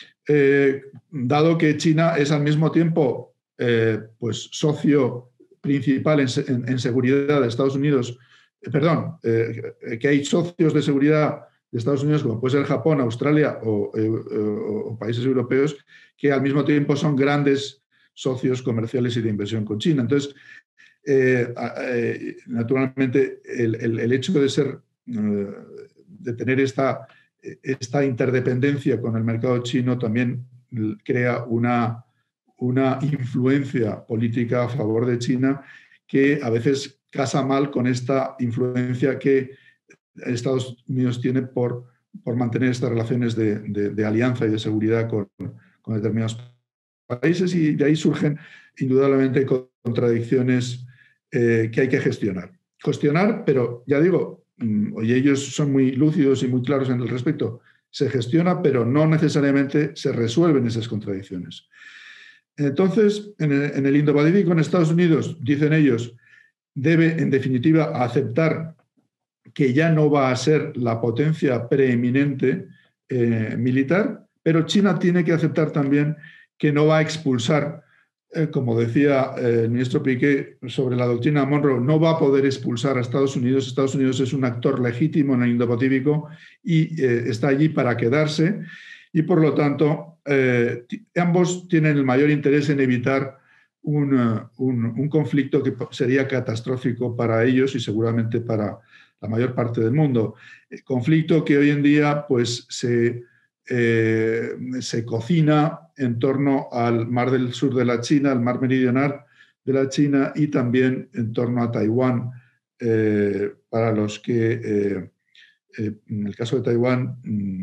eh, dado que China es al mismo tiempo eh, pues, socio principal en, en, en seguridad de Estados Unidos, eh, perdón, eh, que hay socios de seguridad de Estados Unidos, como puede ser Japón, Australia o, eh, o países europeos, que al mismo tiempo son grandes socios comerciales y de inversión con China. Entonces, eh, eh, naturalmente, el, el, el hecho de ser, eh, de tener esta, esta interdependencia con el mercado chino también crea una, una influencia política a favor de China que a veces casa mal con esta influencia que Estados Unidos tiene por, por mantener estas relaciones de, de, de alianza y de seguridad con, con determinados países, y de ahí surgen indudablemente contradicciones eh, que hay que gestionar. Gestionar, pero ya digo, y ellos son muy lúcidos y muy claros en el respecto, se gestiona, pero no necesariamente se resuelven esas contradicciones. Entonces, en el, en el Indo-Pacífico, en Estados Unidos, dicen ellos, debe en definitiva aceptar que ya no va a ser la potencia preeminente eh, militar, pero China tiene que aceptar también que no va a expulsar, eh, como decía eh, el ministro Piqué sobre la doctrina Monroe, no va a poder expulsar a Estados Unidos. Estados Unidos es un actor legítimo en el Indo-Pacífico y eh, está allí para quedarse, y por lo tanto eh, ambos tienen el mayor interés en evitar un, un, un conflicto que sería catastrófico para ellos y seguramente para la mayor parte del mundo. El conflicto que hoy en día pues, se, eh, se cocina en torno al mar del sur de la China, al mar meridional de la China, y también en torno a Taiwán, eh, para los que, eh, eh, en el caso de Taiwán,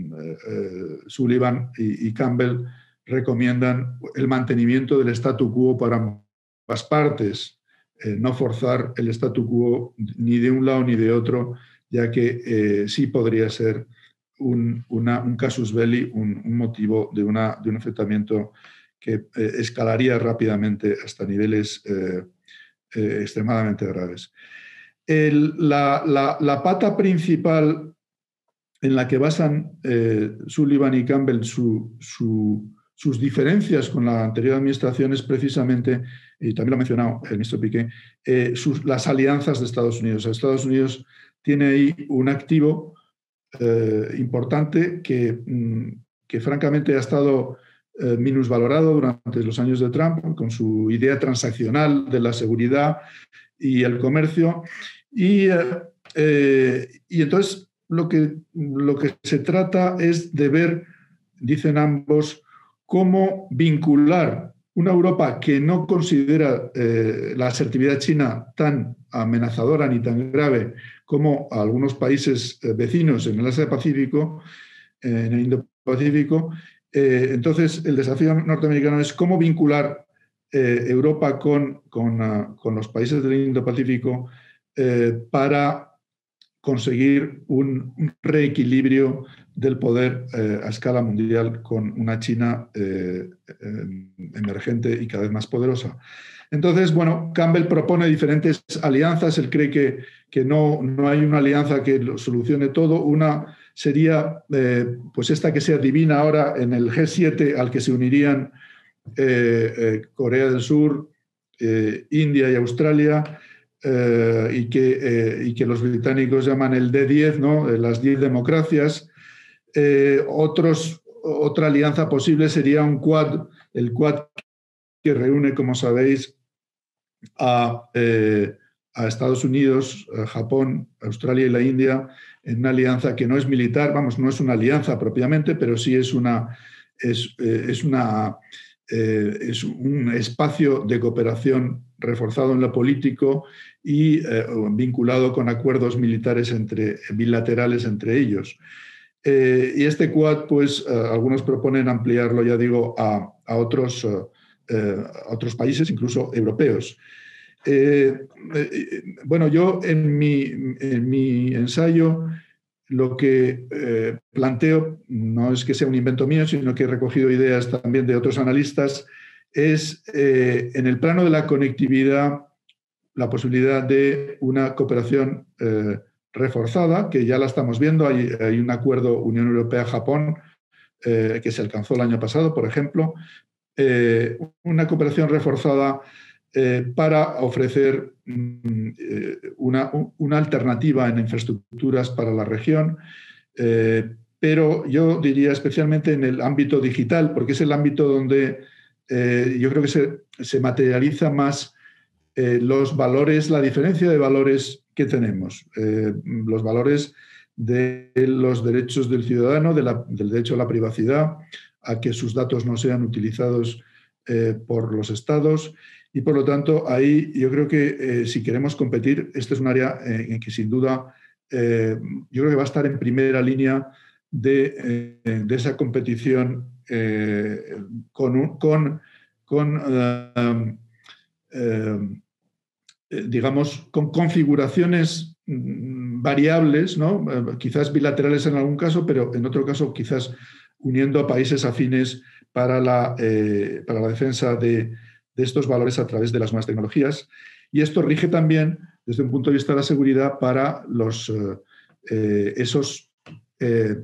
eh, Sullivan y, y Campbell recomiendan el mantenimiento del statu quo para ambas partes. Eh, no forzar el statu quo ni de un lado ni de otro, ya que eh, sí podría ser un, una, un casus belli, un, un motivo de, una, de un enfrentamiento que eh, escalaría rápidamente hasta niveles eh, eh, extremadamente graves. El, la, la, la pata principal en la que basan eh, Sullivan y Campbell su, su, sus diferencias con la anterior administración es precisamente, y también lo ha mencionado el ministro Piqué, eh, sus, las alianzas de Estados Unidos. Estados Unidos tiene ahí un activo eh, importante que, que francamente ha estado eh, minusvalorado durante los años de Trump, con su idea transaccional de la seguridad y el comercio. Y, eh, y entonces lo que, lo que se trata es de ver, dicen ambos, cómo vincular una Europa que no considera eh, la asertividad china tan amenazadora ni tan grave como a algunos países eh, vecinos en el Asia-Pacífico, eh, en el Indo-Pacífico. Eh, entonces, el desafío norteamericano es cómo vincular eh, Europa con, con, uh, con los países del Indo-Pacífico eh, para conseguir un reequilibrio del poder eh, a escala mundial con una China eh, eh, emergente y cada vez más poderosa. Entonces, bueno, Campbell propone diferentes alianzas. Él cree que, que no, no hay una alianza que lo solucione todo. Una sería eh, pues esta que se adivina ahora en el G siete, al que se unirían eh, eh, Corea del Sur, eh, India y Australia, Eh, y, que, eh, y que los británicos llaman el D diez, ¿no? Las diez democracias. Eh, otros, otra alianza posible sería un Quad, el Quad que reúne, como sabéis, a, eh, a Estados Unidos, a Japón, Australia y la India, en una alianza que no es militar, vamos, no es una alianza propiamente, pero sí es, una, es, eh, es, una, eh, es un espacio de cooperación reforzado en lo político y eh, vinculado con acuerdos militares entre, bilaterales entre ellos. Eh, y este Quad, pues, eh, algunos proponen ampliarlo, ya digo, a, a, otros, eh, a otros países, incluso europeos. Eh, eh, bueno, yo en mi, en mi ensayo lo que eh, planteo, no es que sea un invento mío, sino que he recogido ideas también de otros analistas, es eh, en el plano de la conectividad la posibilidad de una cooperación eh, reforzada, que ya la estamos viendo. Hay, hay un acuerdo Unión Europea-Japón eh, que se alcanzó el año pasado, por ejemplo, eh, una cooperación reforzada eh, para ofrecer mm, eh, una, una alternativa en infraestructuras para la región, eh, pero yo diría especialmente en el ámbito digital, porque es el ámbito donde eh, yo creo que se, se materializa más Eh, los valores, la diferencia de valores que tenemos, eh, los valores de los derechos del ciudadano, de la, del derecho a la privacidad, a que sus datos no sean utilizados eh, por los estados, y por lo tanto ahí yo creo que eh, si queremos competir, este es un área eh, en que sin duda eh, yo creo que va a estar en primera línea de, eh, de esa competición eh, con, con, con uh, uh, Eh, digamos, con configuraciones mmm, variables, ¿no? Eh, quizás bilaterales en algún caso, pero en otro caso quizás uniendo a países afines para la, eh, para la defensa de, de estos valores a través de las nuevas tecnologías. Y esto rige también, desde un punto de vista de la seguridad, para los, eh, esos, eh,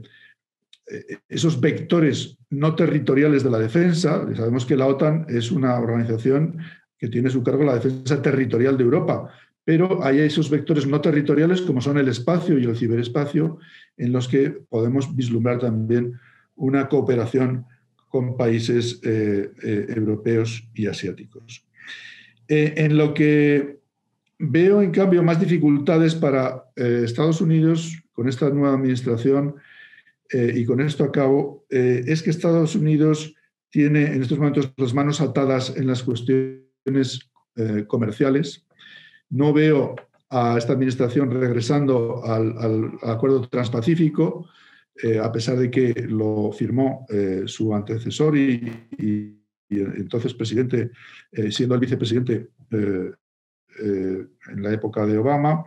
esos vectores no territoriales de la defensa. Sabemos que la OTAN es una organización que tiene a su cargo la defensa territorial de Europa, pero hay esos vectores no territoriales como son el espacio y el ciberespacio, en los que podemos vislumbrar también una cooperación con países eh, eh, europeos y asiáticos. Eh, en lo que veo, en cambio, más dificultades para eh, Estados Unidos con esta nueva administración, eh, y con esto acabo, eh, es que Estados Unidos tiene en estos momentos las manos atadas en las cuestiones Eh, comerciales. No veo a esta administración regresando al, al, al acuerdo transpacífico, eh, a pesar de que lo firmó eh, su antecesor y, y, y entonces presidente, eh, siendo el vicepresidente eh, eh, en la época de Obama.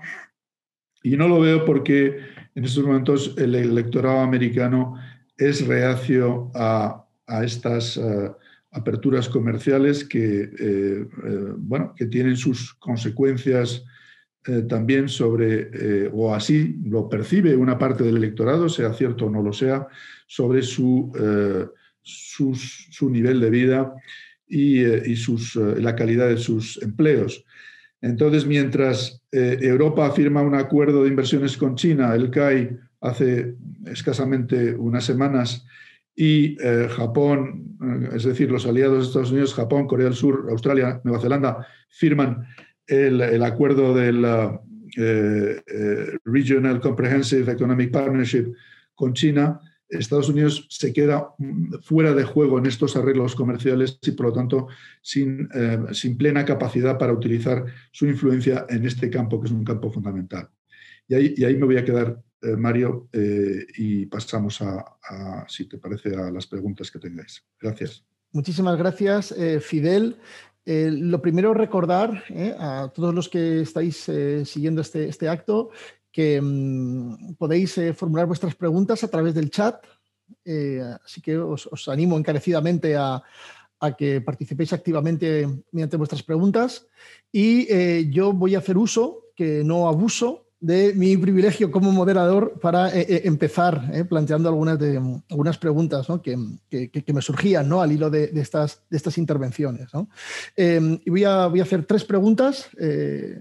Y no lo veo porque en estos momentos el electorado americano es reacio a, a estas uh, aperturas comerciales que, eh, eh, bueno, que tienen sus consecuencias eh, también sobre, eh, o así lo percibe una parte del electorado, sea cierto o no lo sea, sobre su, eh, sus, su nivel de vida y, eh, y sus, eh, la calidad de sus empleos. Entonces, mientras eh, Europa firma un acuerdo de inversiones con China, el C A I, hace escasamente unas semanas, y eh, Japón, eh, es decir, los aliados de Estados Unidos, Japón, Corea del Sur, Australia, Nueva Zelanda, firman el, el acuerdo del uh, eh, eh, Regional Comprehensive Economic Partnership con China, Estados Unidos se queda fuera de juego en estos arreglos comerciales y, por lo tanto, sin, eh, sin plena capacidad para utilizar su influencia en este campo, que es un campo fundamental. Y ahí, y ahí me voy a quedar, eh, Mario, eh, y pasamos a, a, si te parece, a las preguntas que tengáis. Gracias. Muchísimas gracias, eh, Fidel. Eh, lo primero, recordar eh, a todos los que estáis eh, siguiendo este, este acto que mmm, podéis eh, formular vuestras preguntas a través del chat. Eh, así que os, os animo encarecidamente a, a que participéis activamente mediante vuestras preguntas. Y eh, yo voy a hacer uso, que no abuso, de mi privilegio como moderador para eh, empezar eh, planteando algunas, de, algunas preguntas, ¿no? que, que, que me surgían, ¿no? al hilo de, de, estas, de estas intervenciones, ¿no? Eh, y voy a, voy a hacer tres preguntas, eh,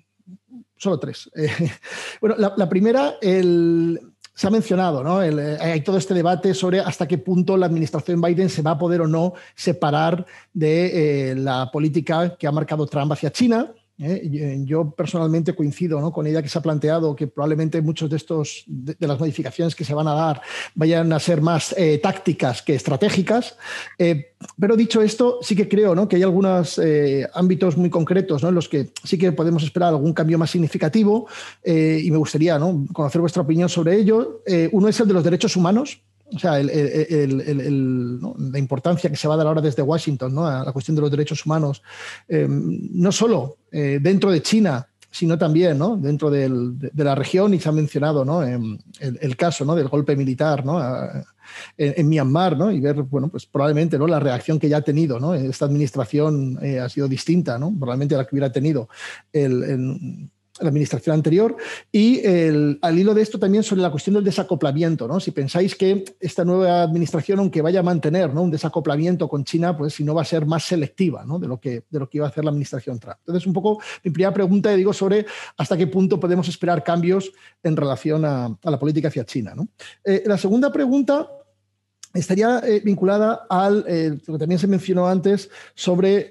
solo tres. Eh, bueno, la, la primera, el, se ha mencionado, ¿no? El, hay todo este debate sobre hasta qué punto la administración Biden se va a poder o no separar de eh, la política que ha marcado Trump hacia China. ¿Eh? Yo personalmente coincido, ¿no? con la idea que se ha planteado que probablemente muchos de estos de, de las modificaciones que se van a dar vayan a ser más eh, tácticas que estratégicas. Eh, pero dicho esto, sí que creo, ¿no? que hay algunos eh, ámbitos muy concretos, ¿no? en los que sí que podemos esperar algún cambio más significativo eh, y me gustaría, ¿no? conocer vuestra opinión sobre ello. Eh, uno es el de los derechos humanos. O sea, el, el, el, el, ¿no? la importancia que se va a dar ahora desde Washington, ¿no? a la cuestión de los derechos humanos, eh, no solo eh, dentro de China, sino también, ¿no? dentro del, de, de la región, y se ha mencionado, ¿no? el, el caso, ¿no? del golpe militar, ¿no? a, en, en Myanmar, ¿no? y ver, bueno, pues probablemente, ¿no? la reacción que ya ha tenido, ¿no? esta administración eh, ha sido distinta, ¿no? probablemente a la que hubiera tenido el, el la administración anterior, y el, al hilo de esto también sobre la cuestión del desacoplamiento, ¿no? Si pensáis que esta nueva administración, aunque vaya a mantener, ¿no? un desacoplamiento con China, pues si no va a ser más selectiva, ¿no? de, lo que, de lo que iba a hacer la administración Trump. Entonces, un poco mi primera pregunta, digo, sobre hasta qué punto podemos esperar cambios en relación a, a la política hacia China, ¿no? Eh, la segunda pregunta estaría eh, vinculada al, eh, lo que también se mencionó antes, sobre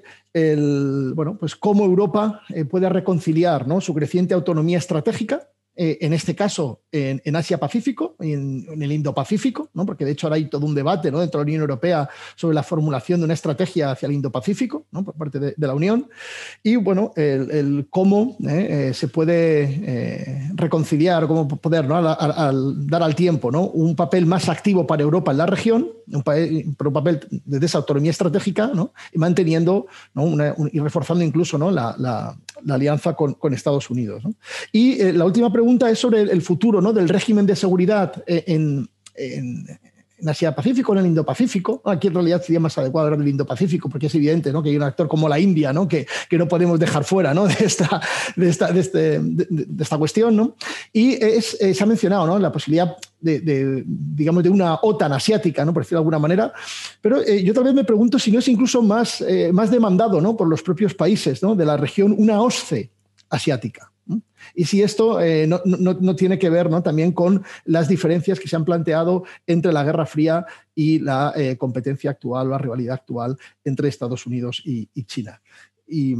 el, bueno, pues cómo Europa eh, puede reconciliar, ¿no? su creciente autonomía estratégica, eh, en este caso en, en Asia-Pacífico, en, en el Indo-Pacífico, ¿no? porque de hecho ahora hay todo un debate, ¿no? dentro de la Unión Europea sobre la formulación de una estrategia hacia el Indo-Pacífico, ¿no? por parte de, de la Unión, y bueno, el, el cómo eh, eh, se puede eh, reconciliar, cómo poder, ¿no? al, al, al dar al tiempo, ¿no? un papel más activo para Europa en la región, un, pa un papel de esa autonomía estratégica, ¿no? y manteniendo, ¿no? una, un, y reforzando incluso, ¿no? la, la, la alianza con, con Estados Unidos, ¿no? Y eh, la última pregunta es sobre el, el futuro, ¿no? del régimen de seguridad en, en, en Asia-Pacífico, en el Indo-Pacífico. Aquí en realidad sería más adecuado hablar del Indo-Pacífico, porque es evidente, ¿no? que hay un actor como la India, ¿no? que, que no podemos dejar fuera, ¿no? de, esta, de, esta, de, este, de, de esta cuestión, ¿no? Y es, eh, se ha mencionado, ¿no? la posibilidad de, de, digamos, de una OTAN asiática, ¿no? por decirlo de alguna manera, pero eh, yo tal vez me pregunto si no es incluso más, eh, más demandado, ¿no? por los propios países, ¿no? de la región, una OSCE asiática. Y si esto eh, no, no, no tiene que ver, ¿no? también con las diferencias que se han planteado entre la Guerra Fría y la eh, competencia actual, la rivalidad actual entre Estados Unidos y, y China. Y,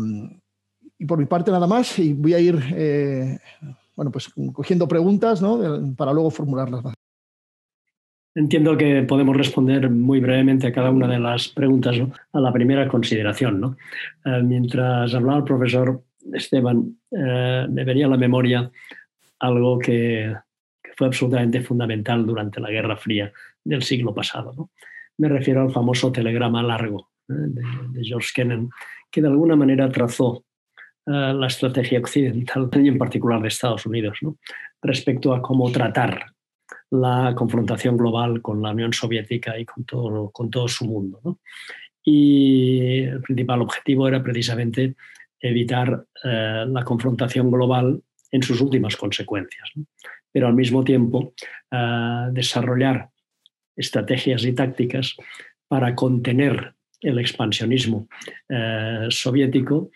y por mi parte nada más, y voy a ir eh, bueno, pues, cogiendo preguntas, ¿no? para luego formularlas. Entiendo que podemos responder muy brevemente a cada una de las preguntas, ¿no? A la primera consideración, ¿no? Eh, mientras hablaba el profesor Esteban, eh, me venía a la memoria algo que, que fue absolutamente fundamental durante la Guerra Fría del siglo pasado, ¿no? Me refiero al famoso telegrama largo ¿eh? de, de George Kennan, que de alguna manera trazó eh, la estrategia occidental y en particular de Estados Unidos, ¿no? respecto a cómo tratar la confrontación global con la Unión Soviética y con todo, con todo su mundo, ¿no? Y el principal objetivo era precisamente evitar eh, la confrontación global en sus últimas consecuencias, ¿no? Pero al mismo tiempo eh, desarrollar estrategias y tácticas para contener el expansionismo eh, soviético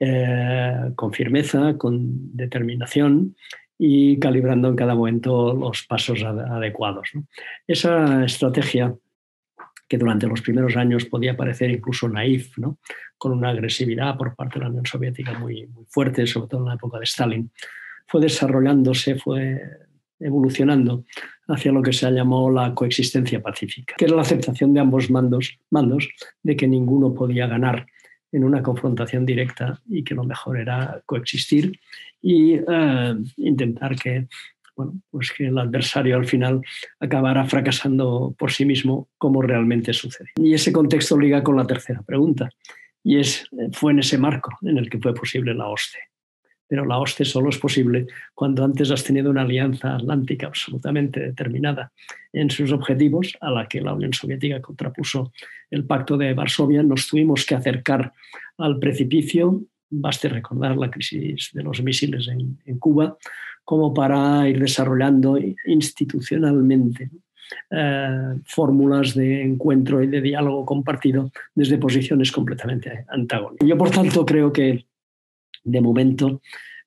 eh, con firmeza, con determinación y calibrando en cada momento los pasos ad adecuados, ¿no? Esa estrategia, que durante los primeros años podía parecer incluso naif, ¿no?, con una agresividad por parte de la Unión Soviética muy, muy fuerte, sobre todo en la época de Stalin, fue desarrollándose, fue evolucionando hacia lo que se llamó la coexistencia pacífica, que era la aceptación de ambos mandos, mandos de que ninguno podía ganar en una confrontación directa y que lo mejor era coexistir y eh, intentar que, bueno, pues que el adversario al final acabara fracasando por sí mismo, como realmente sucede. Y ese contexto liga con la tercera pregunta, y es, fue en ese marco en el que fue posible la OSCE. Pero la OSCE solo es posible cuando antes has tenido una alianza atlántica absolutamente determinada en sus objetivos, a la que la Unión Soviética contrapuso el Pacto de Varsovia. Nos tuvimos que acercar al precipicio, baste recordar la crisis de los misiles en, en Cuba, como para ir desarrollando institucionalmente eh, fórmulas de encuentro y de diálogo compartido desde posiciones completamente antagónicas. Yo, por tanto, creo que de momento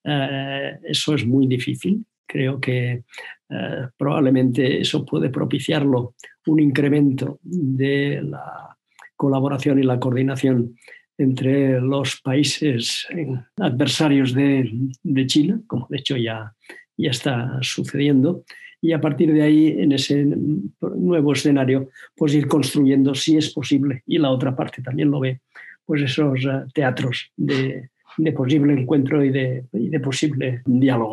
eh, eso es muy difícil. Creo que eh, probablemente eso puede propiciarlo un incremento de la colaboración y la coordinación entre los países adversarios de, de China, como de hecho ya, ya está sucediendo, y a partir de ahí, en ese nuevo escenario, pues ir construyendo, si es posible, y la otra parte también lo ve, pues esos uh, teatros de, de posible encuentro y de, y de posible diálogo.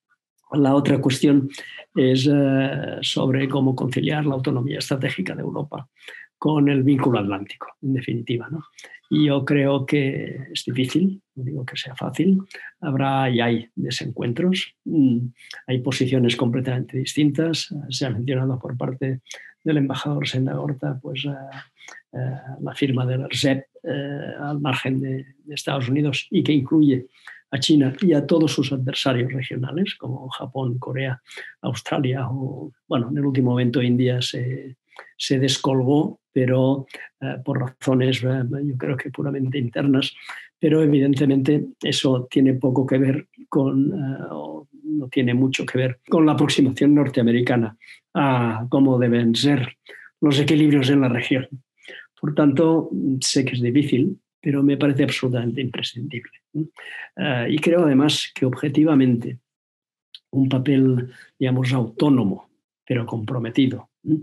La otra cuestión es uh, sobre cómo conciliar la autonomía estratégica de Europa con el vínculo atlántico, en definitiva, ¿no? Y yo creo que es difícil, no digo que sea fácil, habrá y hay desencuentros, hay posiciones completamente distintas. Se ha mencionado por parte del embajador Sendagorta pues, uh, uh, la firma del R C E P uh, al margen de, de Estados Unidos y que incluye a China y a todos sus adversarios regionales, como Japón, Corea, Australia o, bueno, en el último momento India se, se descolgó, pero eh, por razones eh, yo creo que puramente internas, pero evidentemente eso tiene poco que ver con, eh, o no tiene mucho que ver con la aproximación norteamericana a cómo deben ser los equilibrios en la región. Por tanto, sé que es difícil, pero me parece absolutamente imprescindible. Uh, y creo además que objetivamente un papel, digamos, autónomo, pero comprometido, uh,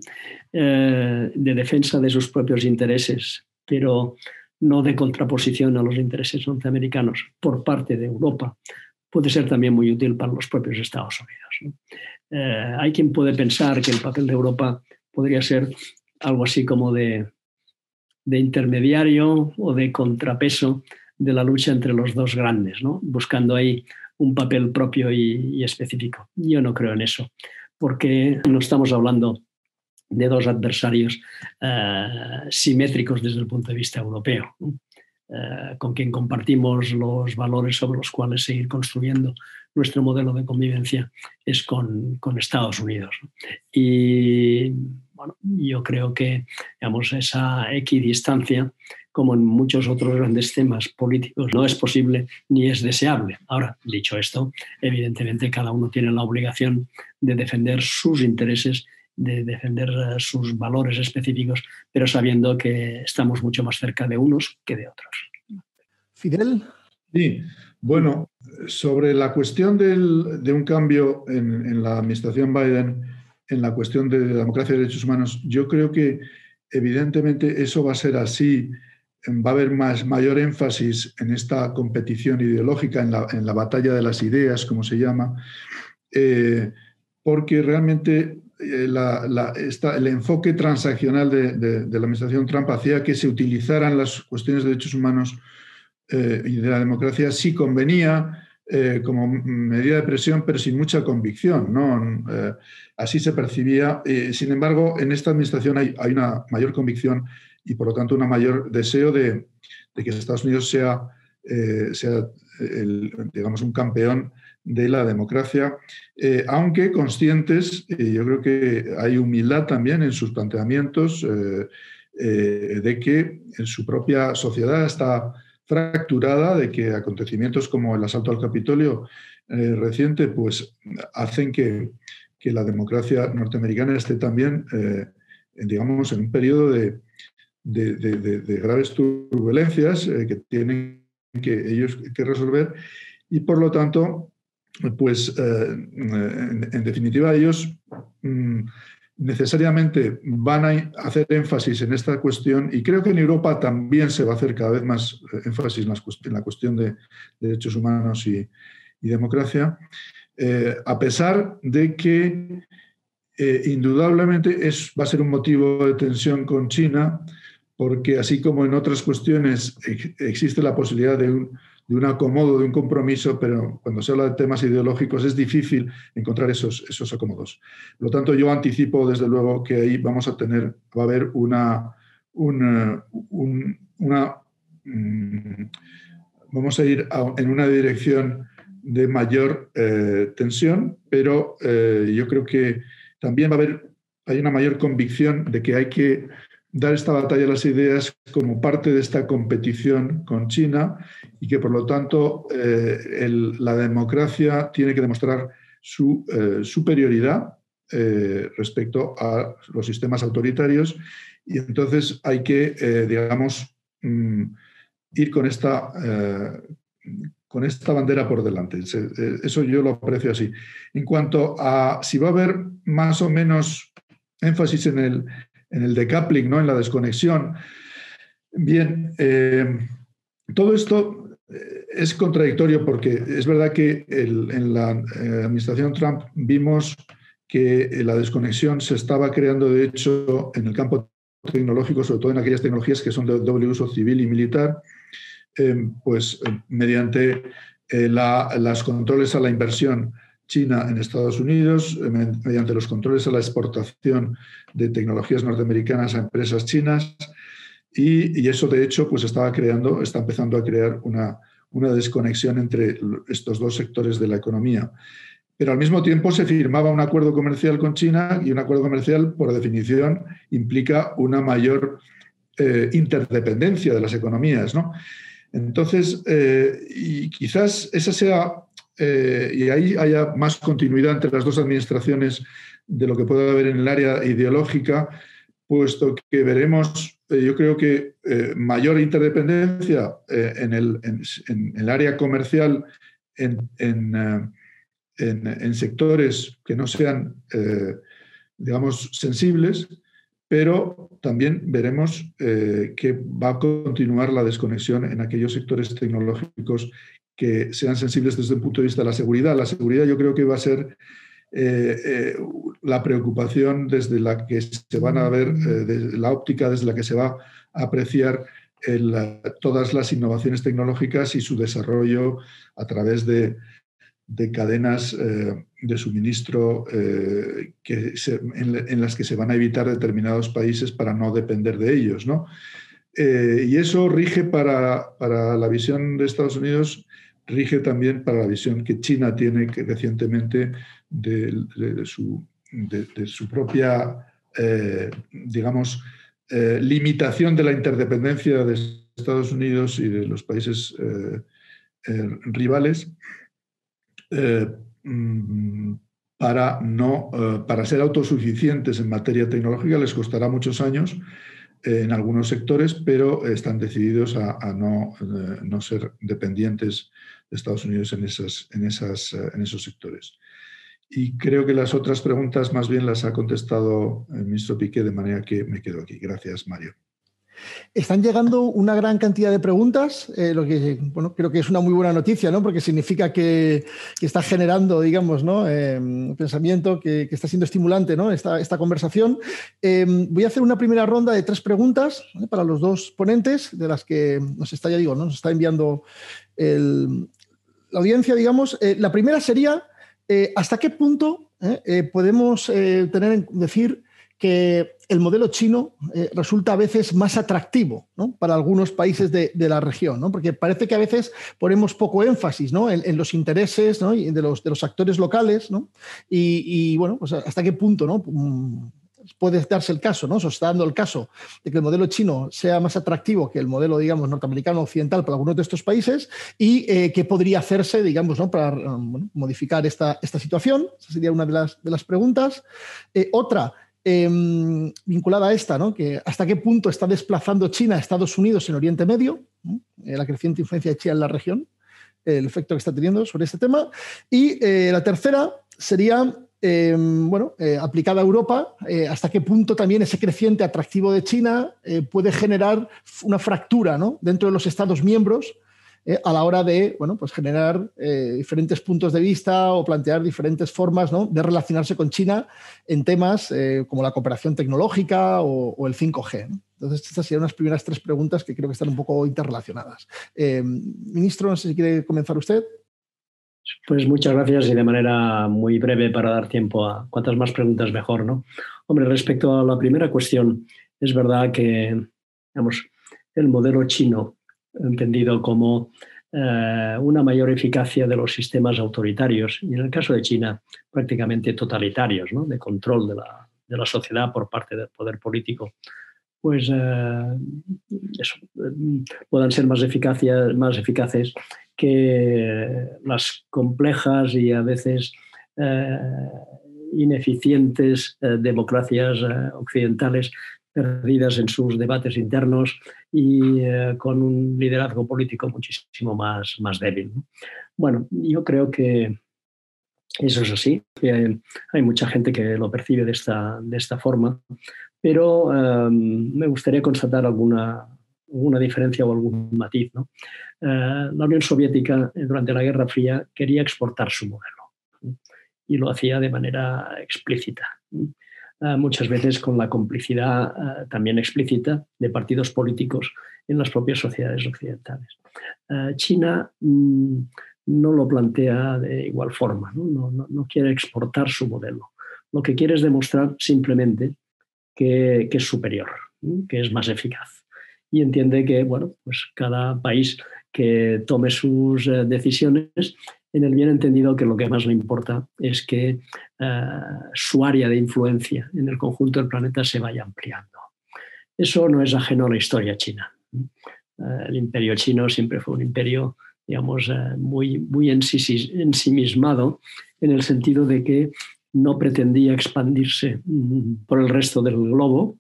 de defensa de sus propios intereses, pero no de contraposición a los intereses norteamericanos por parte de Europa, puede ser también muy útil para los propios Estados Unidos, ¿no? Uh, hay quien puede pensar que el papel de Europa podría ser algo así como de de intermediario o de contrapeso de la lucha entre los dos grandes, ¿no? Buscando ahí un papel propio y, y específico. Yo no creo en eso, porque no estamos hablando de dos adversarios uh, simétricos desde el punto de vista europeo, ¿no? Uh, con quien compartimos los valores sobre los cuales seguir construyendo nuestro modelo de convivencia es con, con Estados Unidos, ¿no? Y bueno, yo creo que, digamos, esa equidistancia, como en muchos otros grandes temas políticos, no es posible ni es deseable. Ahora, dicho esto, evidentemente cada uno tiene la obligación de defender sus intereses, de defender sus valores específicos, pero sabiendo que estamos mucho más cerca de unos que de otros. Fidel. Sí, bueno, sobre la cuestión del, de un cambio en, en la administración Biden, en la cuestión de democracia y derechos humanos, yo creo que evidentemente eso va a ser así. Va a haber más, mayor énfasis en esta competición ideológica, en la, en la batalla de las ideas, como se llama, eh, porque realmente eh, la, la, esta, el enfoque transaccional de, de, de la administración Trump hacía que se utilizaran las cuestiones de derechos humanos eh, y de la democracia si convenía, Eh, como medida de presión, pero sin mucha convicción, ¿no? Eh, así se percibía. Eh, sin embargo, en esta administración hay, hay una mayor convicción y, por lo tanto, un mayor deseo de, de que Estados Unidos sea, eh, sea el, digamos, un campeón de la democracia, eh, aunque conscientes, eh, yo creo que hay humildad también en sus planteamientos, eh, eh, de que en su propia sociedad está fracturada, de que acontecimientos como el asalto al Capitolio eh, reciente pues hacen que, que la democracia norteamericana esté también, eh, en, digamos, en un periodo de, de, de, de, de graves turbulencias eh, que tienen que ellos que resolver, y por lo tanto, pues eh, en, en definitiva ellos mm, necesariamente van a hacer énfasis en esta cuestión, y creo que en Europa también se va a hacer cada vez más énfasis en la cuestión de derechos humanos y, y democracia, eh, a pesar de que eh, indudablemente es, va a ser un motivo de tensión con China, porque así como en otras cuestiones existe la posibilidad de un, de un acomodo, de un compromiso, pero cuando se habla de temas ideológicos es difícil encontrar esos, esos acomodos. Por lo tanto, yo anticipo desde luego que ahí vamos a tener, va a haber una, una, un, una um, vamos a ir a, en una dirección de mayor eh, tensión, pero eh, yo creo que también va a haber, hay una mayor convicción de que hay que dar esta batalla a las ideas como parte de esta competición con China, y que por lo tanto eh, el, la democracia tiene que demostrar su eh, superioridad eh, respecto a los sistemas autoritarios, y entonces hay que, eh, digamos, mm, ir con esta, eh, con esta bandera por delante. Eso yo lo aprecio así. En cuanto a si va a haber más o menos énfasis en el en el decoupling, ¿no? En la desconexión. Bien, eh, todo esto es contradictorio porque es verdad que el, en la eh, administración Trump vimos que la desconexión se estaba creando, de hecho, en el campo tecnológico, sobre todo en aquellas tecnologías que son de doble uso civil y militar, eh, pues eh, mediante eh, la, los controles a la inversión China en Estados Unidos, mediante los controles a la exportación de tecnologías norteamericanas a empresas chinas, y, y eso de hecho pues estaba creando, está empezando a crear una, una desconexión entre estos dos sectores de la economía. Pero al mismo tiempo se firmaba un acuerdo comercial con China, y un acuerdo comercial por definición implica una mayor eh, interdependencia de las economías, ¿no? Entonces, eh, y quizás esa sea... Eh, y ahí haya más continuidad entre las dos administraciones de lo que puede haber en el área ideológica, puesto que veremos, eh, yo creo que eh, mayor interdependencia eh, en, el, en, en el área comercial en, en, uh, en, en sectores que no sean, eh, digamos, sensibles, pero también veremos eh, que va a continuar la desconexión en aquellos sectores tecnológicos que sean sensibles desde el punto de vista de la seguridad. La seguridad yo creo que va a ser eh, eh, la preocupación desde la que se van a ver, eh, desde la óptica desde la que se va a apreciar el, todas las innovaciones tecnológicas y su desarrollo a través de, de cadenas eh, de suministro eh, que se, en, en las que se van a evitar determinados países para no depender de ellos, ¿no? Eh, y eso rige para, para la visión de Estados Unidos, rige también para la visión que China tiene que recientemente de, de, de, su, de, de su propia, eh, digamos, eh, limitación de la interdependencia de Estados Unidos y de los países eh, eh, rivales eh, para, no, eh, para ser autosuficientes en materia tecnológica. Les costará muchos años en algunos sectores, pero están decididos a, a no, eh, no ser dependientes de Estados Unidos en, esas, en, esas, en esos sectores. Y creo que las otras preguntas más bien las ha contestado el ministro Piqué, de manera que me quedo aquí. Gracias, Mario. Están llegando una gran cantidad de preguntas, eh, lo que bueno, creo que es una muy buena noticia, ¿no? Porque significa que, que está generando, digamos, ¿no? eh, pensamiento, que, que está siendo estimulante, ¿no? esta, esta conversación. Eh, voy a hacer una primera ronda de tres preguntas, ¿vale? Para los dos ponentes, de las que nos está, ya digo, ¿no? Nos está enviando el, la audiencia, digamos. Eh, la primera sería, eh, ¿hasta qué punto eh, eh, podemos eh, tener en decir que el modelo chino eh, resulta a veces más atractivo, ¿no? Para algunos países de, de la región, ¿no? Porque parece que a veces ponemos poco énfasis, ¿no? en, en los intereses, ¿no? y de, los, de los actores locales, ¿no? y, y, bueno, pues hasta qué punto, ¿no? puede darse el caso, ¿no? Se está dando el caso de que el modelo chino sea más atractivo que el modelo, digamos, norteamericano occidental para algunos de estos países y eh, qué podría hacerse, digamos, ¿no? para bueno, modificar esta, esta situación. Esa sería una de las, de las preguntas. Eh, otra, eh, vinculada a esta, ¿no? Que hasta qué punto está desplazando China a Estados Unidos en Oriente Medio, ¿no? eh, la creciente influencia de China en la región, el efecto que está teniendo sobre este tema. Y eh, la tercera sería, eh, bueno, eh, aplicada a Europa, eh, hasta qué punto también ese creciente atractivo de China eh, puede generar una fractura, ¿no? dentro de los Estados miembros eh, a la hora de, bueno, pues generar eh, diferentes puntos de vista o plantear diferentes formas, ¿no? de relacionarse con China en temas eh, como la cooperación tecnológica o, o el cinco G, ¿no? Entonces, estas serían unas primeras tres preguntas que creo que están un poco interrelacionadas. Eh, ministro, no sé si quiere comenzar usted. Pues muchas gracias y de manera muy breve para dar tiempo a cuantas más preguntas mejor, ¿no? Hombre, respecto a la primera cuestión, es verdad que, digamos, el modelo chino, entendido como eh, una mayor eficacia de los sistemas autoritarios, y en el caso de China, prácticamente totalitarios, ¿no? de control de la, de la sociedad por parte del poder político, pues eh, eso, puedan ser más, eficacia, más eficaces que las complejas y a veces eh, ineficientes eh, democracias eh, occidentales perdidas en sus debates internos y eh, con un liderazgo político muchísimo más, más débil, ¿no? Bueno, yo creo que eso es así, que hay, hay mucha gente que lo percibe de esta, de esta forma, pero eh, me gustaría constatar alguna, alguna diferencia o algún matiz, ¿no? Eh, la Unión Soviética durante la Guerra Fría quería exportar su modelo, ¿no? y lo hacía de manera explícita, ¿no? Eh, muchas veces con la complicidad eh, también explícita de partidos políticos en las propias sociedades occidentales. Eh, China mmm, no lo plantea de igual forma, ¿no? No, no, no quiere exportar su modelo. Lo que quiere es demostrar simplemente que, que es superior, ¿no? que es más eficaz. Y entiende que, bueno, pues cada país que tome sus eh, decisiones en el bien entendido que lo que más le importa es que eh, su área de influencia en el conjunto del planeta se vaya ampliando. Eso no es ajeno a la historia china. Eh, el imperio chino siempre fue un imperio, digamos, eh, muy, muy ensimismado en el sentido de que no pretendía expandirse mm, por el resto del globo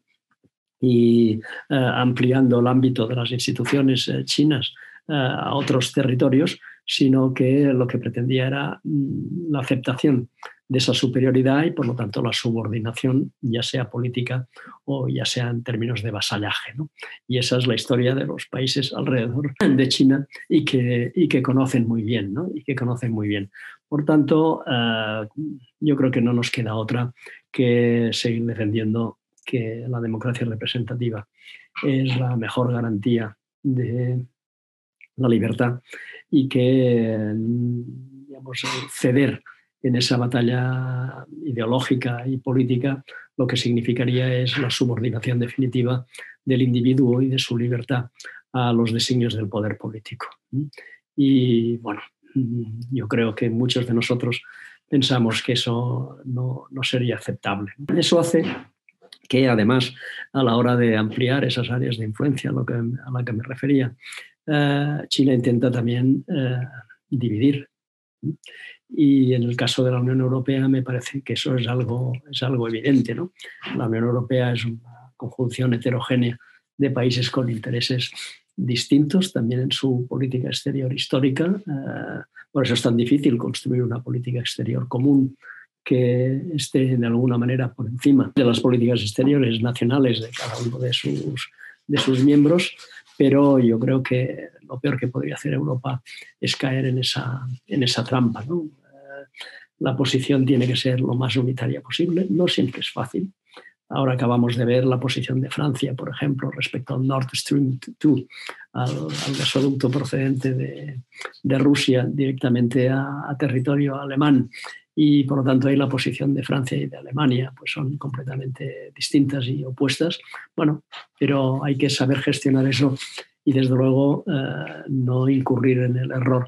y eh, ampliando el ámbito de las instituciones eh, chinas eh, a otros territorios, sino que lo que pretendía era mm, la aceptación de esa superioridad y, por lo tanto, la subordinación, ya sea política o ya sea en términos de vasallaje, ¿no? Y esa es la historia de los países alrededor de China y que, y que conocen muy bien, ¿no? Y que conocen muy bien. Por tanto, eh, yo creo que no nos queda otra que seguir defendiendo que la democracia representativa es la mejor garantía de la libertad y que, digamos, ceder en esa batalla ideológica y política lo que significaría es la subordinación definitiva del individuo y de su libertad a los designios del poder político. Y bueno, yo creo que muchos de nosotros pensamos que eso no, no sería aceptable. Eso hace que, además, a la hora de ampliar esas áreas de influencia a, lo que, a la que me refería, eh, China intenta también eh, dividir. Y en el caso de la Unión Europea me parece que eso es algo, es algo evidente, ¿no? La Unión Europea es una conjunción heterogénea de países con intereses distintos también en su política exterior histórica. Eh, por eso es tan difícil construir una política exterior común que esté de alguna manera por encima de las políticas exteriores nacionales de cada uno de sus, de sus miembros, pero yo creo que lo peor que podría hacer Europa es caer en esa, en esa trampa, ¿no? Eh, la posición tiene que ser lo más unitaria posible, no siempre es fácil. Ahora acabamos de ver la posición de Francia, por ejemplo, respecto al Nord Stream dos, al, al gasoducto procedente de, de Rusia directamente a, a territorio alemán. Y por lo tanto ahí la posición de Francia y de Alemania pues son completamente distintas y opuestas. Bueno, pero hay que saber gestionar eso y desde luego eh, no incurrir en el error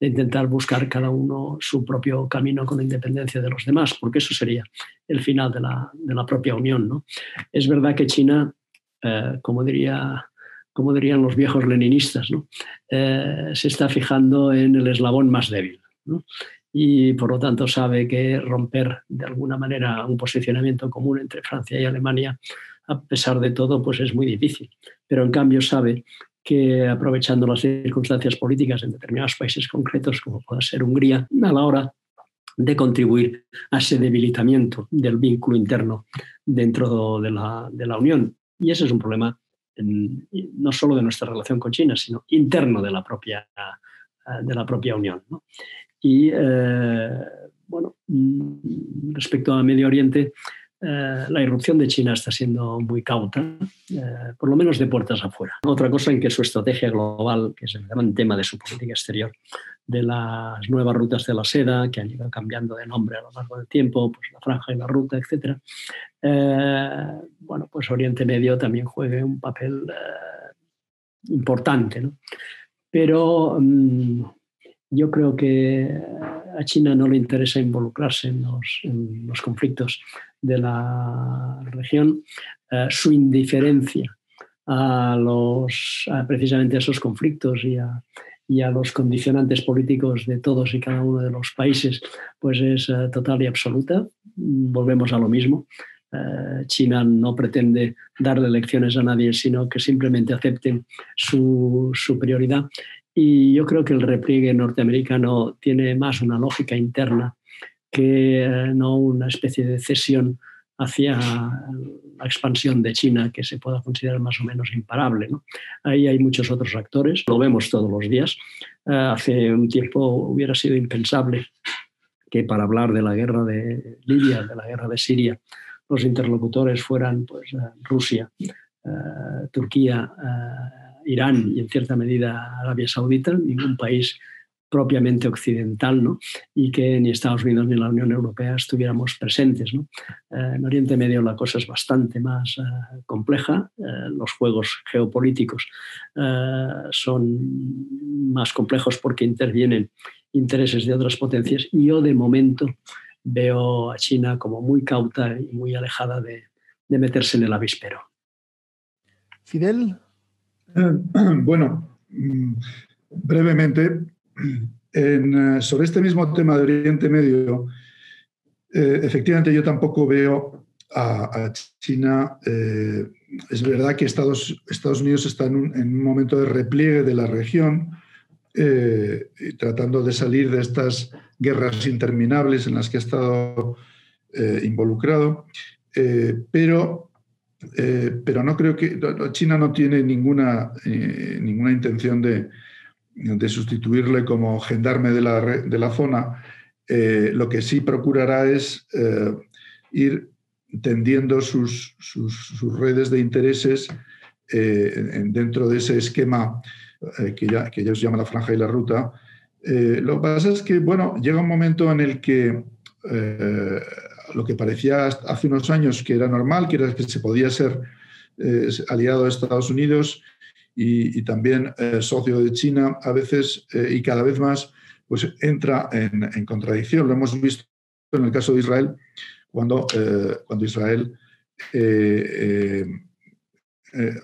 de intentar buscar cada uno su propio camino con independencia de los demás, porque eso sería el final de la, de la propia Unión, ¿no? Es verdad que China, eh, como, diría, como dirían los viejos leninistas, ¿no? eh, se está fijando en el eslabón más débil, ¿no? Y por lo tanto sabe que romper de alguna manera un posicionamiento común entre Francia y Alemania, a pesar de todo, pues es muy difícil. Pero en cambio sabe que aprovechando las circunstancias políticas en determinados países concretos, como pueda ser Hungría, a la hora de contribuir a ese debilitamiento del vínculo interno dentro de la, de la Unión. Y ese es un problema en, no solo de nuestra relación con China, sino interno de la propia, de la propia Unión, ¿no? Y, eh, bueno, respecto a Medio Oriente, eh, la irrupción de China está siendo muy cauta, eh, por lo menos de puertas afuera. Otra cosa en que su estrategia global, que es el gran tema de su política exterior, de las nuevas rutas de la seda, que han ido cambiando de nombre a lo largo del tiempo, pues la franja y la ruta, etcétera. Eh, bueno, pues Oriente Medio también juegue un papel eh, importante, ¿no? Pero um, yo creo que a China no le interesa involucrarse en los, en los conflictos de la región. Uh, su indiferencia a los, a precisamente a esos conflictos y a, y a los condicionantes políticos de todos y cada uno de los países, pues es uh, total y absoluta. Volvemos a lo mismo. Uh, China no pretende darle lecciones a nadie, sino que simplemente acepten su superioridad. Y yo creo que el repliegue norteamericano tiene más una lógica interna que eh, no una especie de cesión hacia la expansión de China, que se pueda considerar más o menos imparable, ¿no? Ahí hay muchos otros actores, lo vemos todos los días. Uh, hace un tiempo hubiera sido impensable que para hablar de la guerra de Libia, de la guerra de Siria, los interlocutores fueran pues, Rusia, uh, Turquía, uh, Irán y en cierta medida Arabia Saudita, ningún país propiamente occidental, ¿no? Y que ni Estados Unidos ni la Unión Europea estuviéramos presentes, ¿no? Eh, en Oriente Medio la cosa es bastante más eh, compleja, eh, los juegos geopolíticos eh, son más complejos porque intervienen intereses de otras potencias y yo de momento veo a China como muy cauta y muy alejada de, de meterse en el avispero. Fidel. Bueno, brevemente, en, sobre este mismo tema de Oriente Medio, eh, efectivamente yo tampoco veo a, a China. Eh, es verdad que Estados, Estados Unidos está en un, en un momento de repliegue de la región, eh, tratando de salir de estas guerras interminables en las que ha estado eh, involucrado, eh, pero... Eh, pero no creo que China no tiene ninguna, eh, ninguna intención de, de sustituirle como gendarme de la, de la zona. Eh, lo que sí procurará es eh, ir tendiendo sus, sus, sus redes de intereses eh, dentro de ese esquema eh, que, ya, que ellos llaman la franja y la ruta. Eh, lo que pasa es que, bueno, llega un momento en el que eh, lo que parecía hace unos años que era normal, que era que se podía ser eh, aliado de Estados Unidos y, y también eh, socio de China, a veces eh, y cada vez más, pues entra en, en contradicción. Lo hemos visto en el caso de Israel, cuando, eh, cuando Israel eh, eh, eh,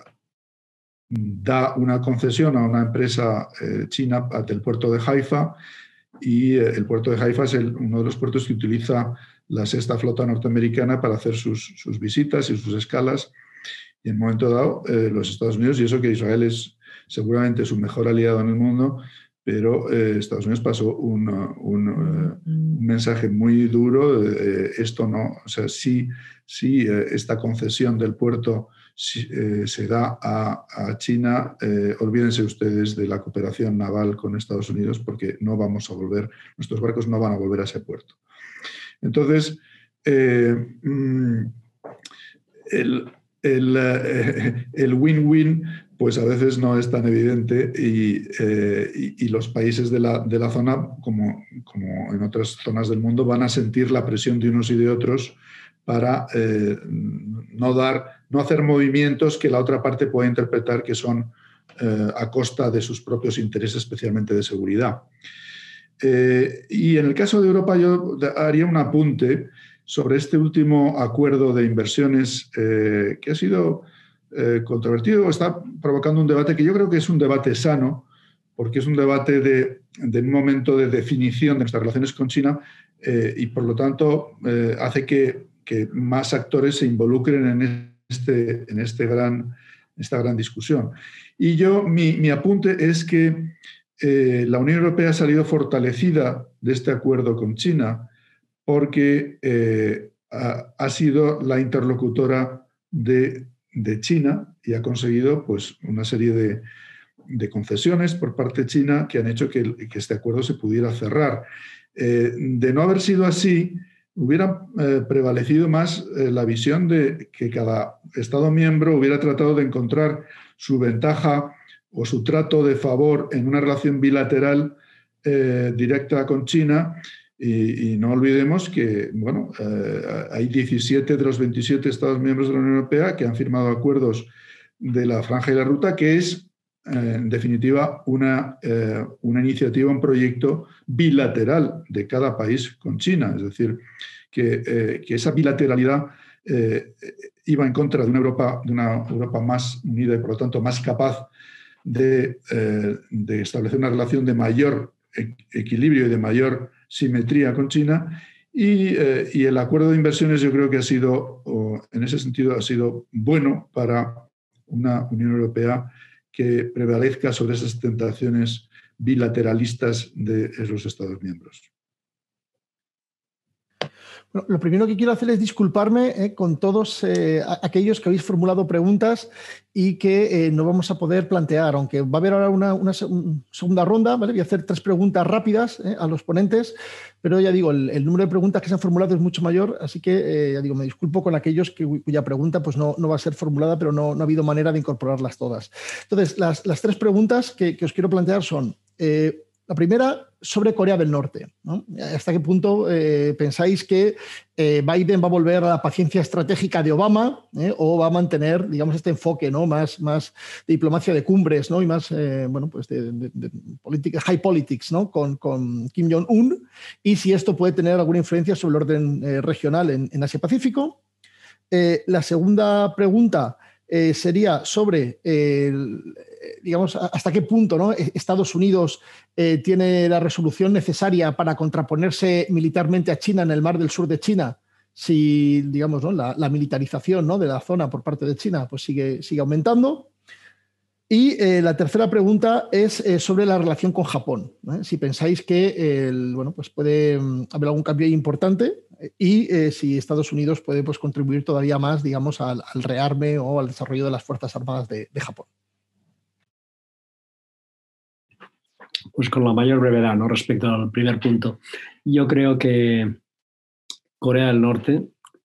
da una concesión a una empresa eh, china del puerto de Haifa, y eh, el puerto de Haifa es el, uno de los puertos que utiliza la sexta flota norteamericana para hacer sus, sus visitas y sus escalas. Y en un momento dado, eh, los Estados Unidos, y eso que Israel es seguramente su mejor aliado en el mundo, pero eh, Estados Unidos pasó un, un, uh, un mensaje muy duro. Eh, esto no, o sea, sí, sí eh, esta concesión del puerto si, eh, se da a, a China, eh, olvídense ustedes de la cooperación naval con Estados Unidos porque no vamos a volver, nuestros barcos no van a volver a ese puerto. Entonces, eh, el, el, eh, el win-win pues a veces no es tan evidente y, eh, y, y los países de la, de la zona, como, como en otras zonas del mundo, van a sentir la presión de unos y de otros para eh, no, dar, no hacer movimientos que la otra parte pueda interpretar que son eh, a costa de sus propios intereses, especialmente de seguridad. Eh, y en el caso de Europa yo haría un apunte sobre este último acuerdo de inversiones eh, que ha sido eh, controvertido, está provocando un debate que yo creo que es un debate sano, porque es un debate de, de un momento de definición de nuestras relaciones con China eh, y por lo tanto eh, hace que, que más actores se involucren en, este, en este gran, esta gran discusión. Y yo, mi, mi apunte es que eh, la Unión Europea ha salido fortalecida de este acuerdo con China porque eh, ha, ha sido la interlocutora de, de China y ha conseguido pues, una serie de, de concesiones por parte de China que han hecho que, que este acuerdo se pudiera cerrar. Eh, de no haber sido así, hubiera eh, prevalecido más eh, la visión de que cada Estado miembro hubiera tratado de encontrar su ventaja o su trato de favor en una relación bilateral eh, directa con China. Y, y no olvidemos que bueno, eh, hay diecisiete de los veintisiete Estados miembros de la Unión Europea que han firmado acuerdos de la Franja y la Ruta, que es, eh, en definitiva, una, eh, una iniciativa, un proyecto bilateral de cada país con China. Es decir, que, eh, que esa bilateralidad eh, iba en contra de una Europa, de una Europa más unida y, por lo tanto, más capaz de, eh, de establecer una relación de mayor equilibrio y de mayor simetría con China y, eh, y el acuerdo de inversiones yo creo que ha sido, o en ese sentido, ha sido bueno para una Unión Europea que prevalezca sobre esas tentaciones bilateralistas de esos Estados miembros. Bueno, lo primero que quiero hacer es disculparme eh, con todos eh, aquellos que habéis formulado preguntas y que eh, no vamos a poder plantear, aunque va a haber ahora una, una segunda ronda, ¿vale? Voy a hacer tres preguntas rápidas eh, a los ponentes, pero ya digo, el, el número de preguntas que se han formulado es mucho mayor, así que eh, ya digo, me disculpo con aquellos que, cuya pregunta pues, no, no va a ser formulada, pero no, no ha habido manera de incorporarlas todas. Entonces, las, las tres preguntas que, que os quiero plantear son... Eh, La primera, sobre Corea del Norte, ¿no? ¿Hasta qué punto eh, pensáis que eh, Biden va a volver a la paciencia estratégica de Obama eh, o va a mantener, digamos, este enfoque, ¿no? más, más de diplomacia de cumbres, ¿no? Y más eh, bueno, pues de, de, de política, high politics, ¿no? con, con Kim Jong-un? Y si esto puede tener alguna influencia sobre el orden eh, regional en, en Asia-Pacífico. Eh, la segunda pregunta eh, sería sobre el, digamos, hasta qué punto, ¿no? Estados Unidos eh, tiene la resolución necesaria para contraponerse militarmente a China en el mar del sur de China, si, digamos, ¿no? la, la militarización, ¿no? de la zona por parte de China pues sigue, sigue aumentando. Y eh, la tercera pregunta es eh, sobre la relación con Japón, ¿eh? Si pensáis que el, bueno, pues puede haber algún cambio importante y eh, si Estados Unidos puede pues, contribuir todavía más, digamos, al, al rearme o al desarrollo de las Fuerzas Armadas de, de Japón. Pues con la mayor brevedad, ¿no? Respecto al primer punto. Yo creo que Corea del Norte,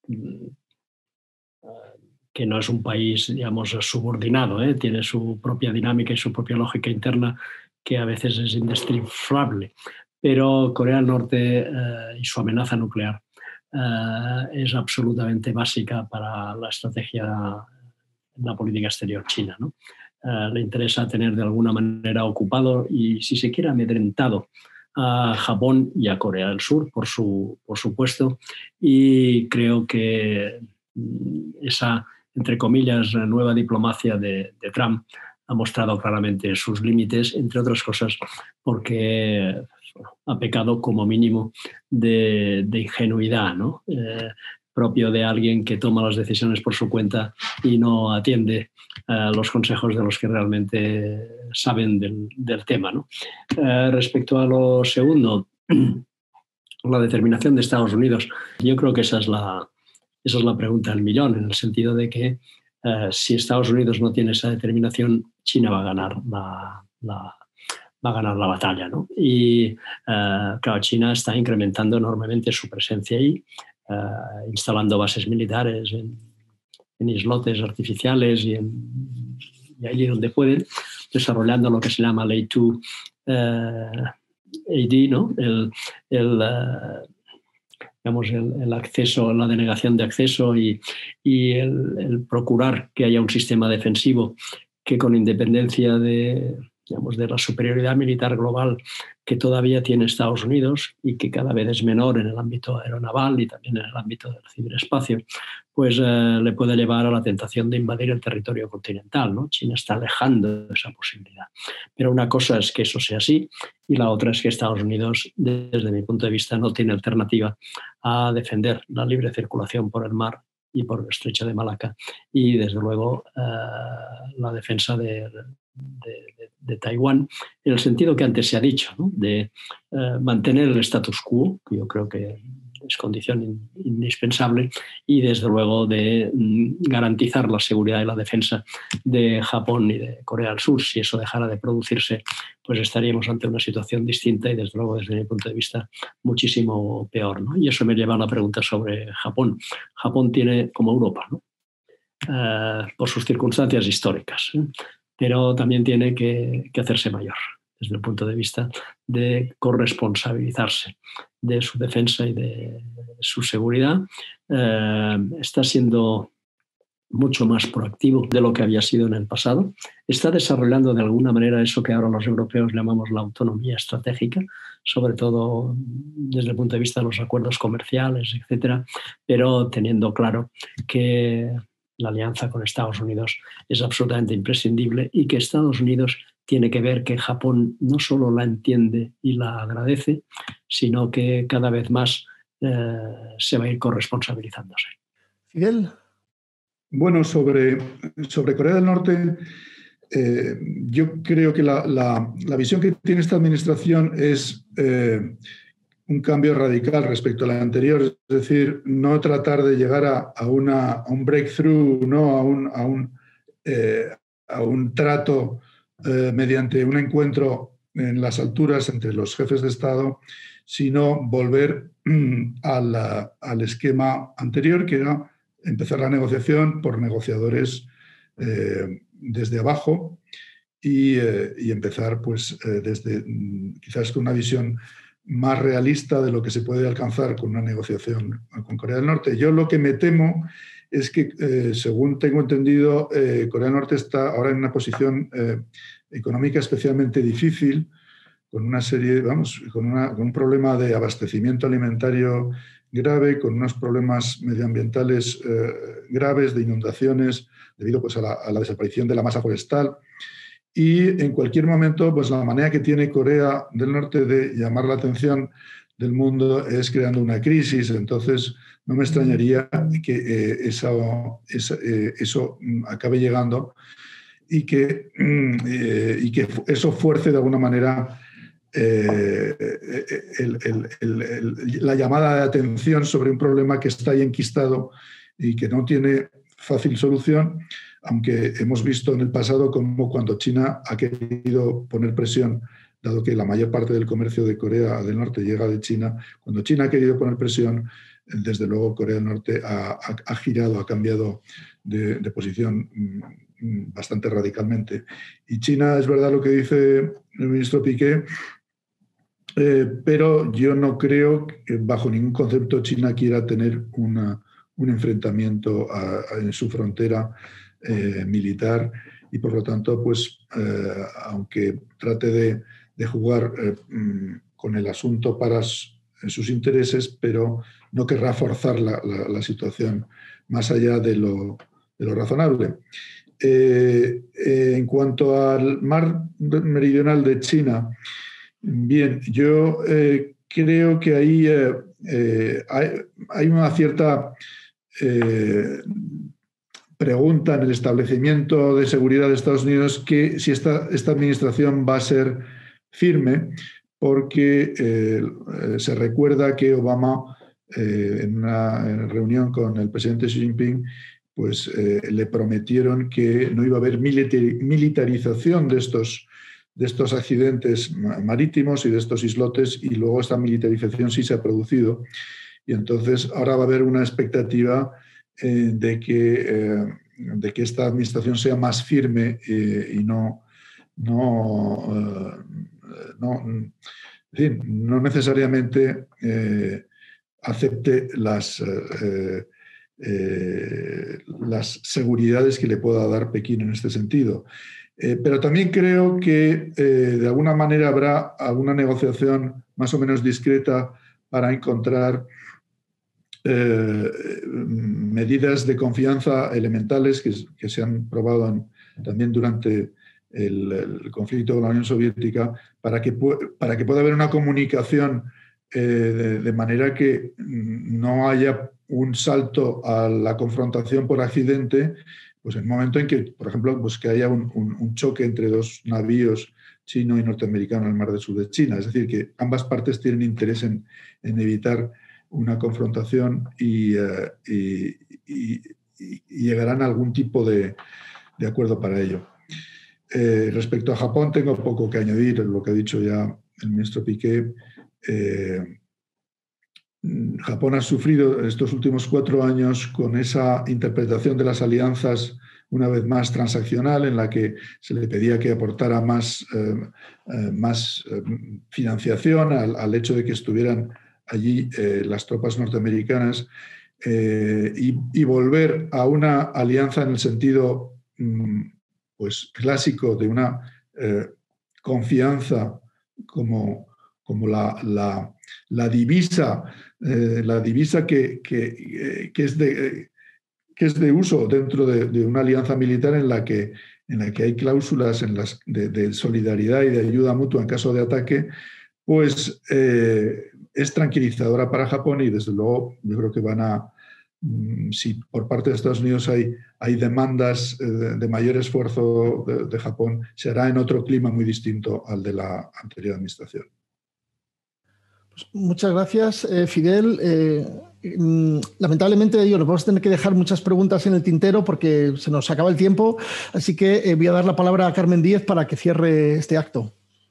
que no es un país, digamos, subordinado, ¿eh? Tiene su propia dinámica y su propia lógica interna que a veces es indescifrable. Pero Corea del Norte eh, y su amenaza nuclear eh, es absolutamente básica para la estrategia en la política exterior china, ¿no? Uh, le interesa tener de alguna manera ocupado y, si se quiere, amedrentado a Japón y a Corea del Sur, por, su, por supuesto, y creo que esa, entre comillas, nueva diplomacia de, de Trump ha mostrado claramente sus límites, entre otras cosas porque ha pecado como mínimo de, de ingenuidad, ¿no? Eh, propio de alguien que toma las decisiones por su cuenta y no atiende uh, los consejos de los que realmente saben del, del tema, ¿no? Uh, respecto a lo segundo, la determinación de Estados Unidos, yo creo que esa es la, esa es la pregunta del millón, en el sentido de que uh, si Estados Unidos no tiene esa determinación, China va a ganar la, la, va a ganar la batalla, ¿no? Y uh, claro, China está incrementando enormemente su presencia ahí, Uh, instalando bases militares en, en islotes artificiales y, en, y allí donde pueden, desarrollando lo que se llama Ley dos uh, A D, ¿no? el, el, uh, digamos, el, el acceso, la denegación de acceso y, y el, el procurar que haya un sistema defensivo que, con independencia de, digamos, de la superioridad militar global que todavía tiene Estados Unidos y que cada vez es menor en el ámbito aeronaval y también en el ámbito del ciberespacio, pues eh, le puede llevar a la tentación de invadir el territorio continental, ¿no? China está alejando esa posibilidad. Pero una cosa es que eso sea así y la otra es que Estados Unidos, desde mi punto de vista, no tiene alternativa a defender la libre circulación por el mar y por el estrecho de Malaca y, desde luego, eh, la defensa de, de, de, de Taiwán, en el sentido que antes se ha dicho, ¿no? de eh, mantener el status quo, que yo creo que es condición in, indispensable, y desde luego de mm, garantizar la seguridad y la defensa de Japón y de Corea del Sur. Si eso dejara de producirse, pues estaríamos ante una situación distinta y, desde luego, desde mi punto de vista, muchísimo peor, ¿no? Y eso me lleva a la pregunta sobre Japón. Japón tiene, como Europa, ¿no? Uh, por sus circunstancias históricas, ¿eh? Pero también tiene que, que hacerse mayor desde el punto de vista de corresponsabilizarse de su defensa y de su seguridad. Eh, está siendo mucho más proactivo de lo que había sido en el pasado. Está desarrollando de alguna manera eso que ahora los europeos llamamos la autonomía estratégica, sobre todo desde el punto de vista de los acuerdos comerciales, etcétera, pero teniendo claro que la alianza con Estados Unidos es absolutamente imprescindible y que Estados Unidos tiene que ver que Japón no solo la entiende y la agradece, sino que cada vez más eh, se va a ir corresponsabilizándose. Fidel. Bueno, sobre, sobre Corea del Norte, eh, yo creo que la, la, la visión que tiene esta administración es eh, un cambio radical respecto a la anterior, es decir, no tratar de llegar a, a, una, a un breakthrough, ¿no? a, un, a, un, eh, a un trato eh, mediante un encuentro en las alturas entre los jefes de Estado, sino volver a la, al esquema anterior, que era empezar la negociación por negociadores eh, desde abajo y, eh, y empezar pues, eh, desde quizás con una visión más realista de lo que se puede alcanzar con una negociación con Corea del Norte. Yo lo que me temo es que, eh, según tengo entendido, eh, Corea del Norte está ahora en una posición eh, económica especialmente difícil, con una serie, vamos, con, una, con un problema de abastecimiento alimentario grave, con unos problemas medioambientales eh, graves de inundaciones debido pues, a, la, a la desaparición de la masa forestal. Y en cualquier momento, pues la manera que tiene Corea del Norte de llamar la atención del mundo es creando una crisis. Entonces, no me extrañaría que eh, eso, esa, eh, eso acabe llegando y que, eh, y que eso fuerce de alguna manera eh, el, el, el, el, la llamada de atención sobre un problema que está ahí enquistado y que no tiene fácil solución, aunque hemos visto en el pasado cómo cuando China ha querido poner presión, dado que la mayor parte del comercio de Corea del Norte llega de China, cuando China ha querido poner presión, desde luego Corea del Norte ha, ha, ha girado, ha cambiado de, de posición bastante radicalmente. Y China, es verdad lo que dice el ministro Piqué, eh, pero yo no creo que bajo ningún concepto China quiera tener una, un enfrentamiento a, a, en su frontera eh, militar y por lo tanto, pues, eh, aunque trate de, de jugar eh, con el asunto para sus intereses, pero no querrá forzar la, la, la situación más allá de lo, de lo razonable. Eh, eh, en cuanto al mar meridional de China, bien, yo eh, creo que ahí eh, eh, hay, hay una cierta eh, pregunta en el establecimiento de seguridad de Estados Unidos que si esta, esta administración va a ser firme, porque eh, se recuerda que Obama eh, en una en reunión con el presidente Xi Jinping pues eh, le prometieron que no iba a haber militarización de estos, de estos accidentes marítimos y de estos islotes, y luego esta militarización sí se ha producido. Y entonces ahora va a haber una expectativa eh, de, que, eh, de que esta administración sea más firme eh, y no, no, eh, no, en fin, no necesariamente eh, acepte las... Eh, Eh, las seguridades que le pueda dar Pekín en este sentido. Eh, pero también creo que eh, de alguna manera habrá alguna negociación más o menos discreta para encontrar eh, medidas de confianza elementales que, que se han probado en, también durante el, el conflicto con la Unión Soviética para que, para que pueda haber una comunicación eh, de, de manera que no haya un salto a la confrontación por accidente, pues en el momento en que, por ejemplo, pues que haya un, un, un choque entre dos navíos chino y norteamericano en el Mar del Sur de China. Es decir, que ambas partes tienen interés en, en evitar una confrontación y, uh, y, y, y llegarán a algún tipo de, de acuerdo para ello. Eh, respecto a Japón, tengo poco que añadir en lo que ha dicho ya el ministro Piqué. Eh, Japón ha sufrido estos últimos cuatro años con esa interpretación de las alianzas una vez más transaccional, en la que se le pedía que aportara más, eh, eh, más eh, financiación al, al hecho de que estuvieran allí eh, las tropas norteamericanas eh, y, y volver a una alianza en el sentido mm, pues, clásico de una eh, confianza como, como la, la, la divisa, eh, la divisa que, que, que, es de, que es de uso dentro de, de una alianza militar en la que, en la que hay cláusulas en las, de, de solidaridad y de ayuda mutua en caso de ataque, pues eh, es tranquilizadora para Japón y desde luego yo creo que van a, si por parte de Estados Unidos hay, hay demandas de, de mayor esfuerzo de, de Japón, se hará en otro clima muy distinto al de la anterior administración. Pues muchas gracias, eh, Fidel. Eh, mm, lamentablemente yo, nos vamos a tener que dejar muchas preguntas en el tintero porque se nos acaba el tiempo, así que eh, voy a dar la palabra a Carmen Díez para que cierre este acto.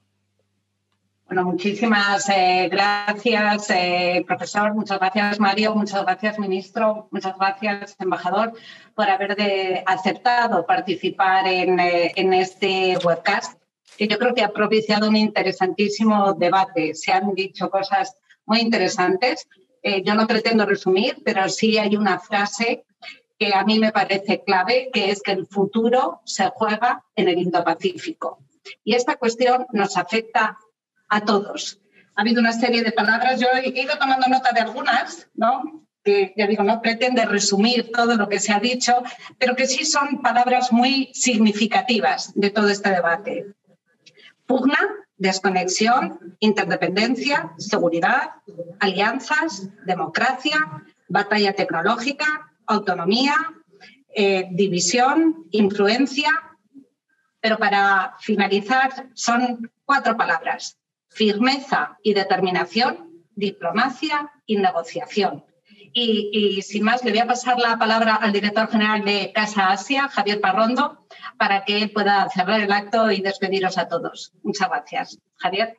Bueno, muchísimas eh, gracias, eh, profesor. Muchas gracias, Mario. Muchas gracias, ministro. Muchas gracias, embajador, por haber de, aceptado participar en, eh, en este webcast, que yo creo que ha propiciado un interesantísimo debate. Se han dicho cosas muy interesantes. Eh, yo no pretendo resumir, pero sí hay una frase que a mí me parece clave, que es que el futuro se juega en el Indo-Pacífico. Y esta cuestión nos afecta a todos. Ha habido una serie de palabras, yo he ido tomando nota de algunas, ¿no? Que ya digo, no pretende resumir todo lo que se ha dicho, pero que sí son palabras muy significativas de todo este debate. Pugna, desconexión, interdependencia, seguridad, alianzas, democracia, batalla tecnológica, autonomía, eh, división, influencia. Pero para finalizar son cuatro palabras: firmeza y determinación, diplomacia y negociación. Y, y sin más, le voy a pasar la palabra al director general de Casa Asia, Javier Parrondo, para que él pueda cerrar el acto y despediros a todos. Muchas gracias. Javier.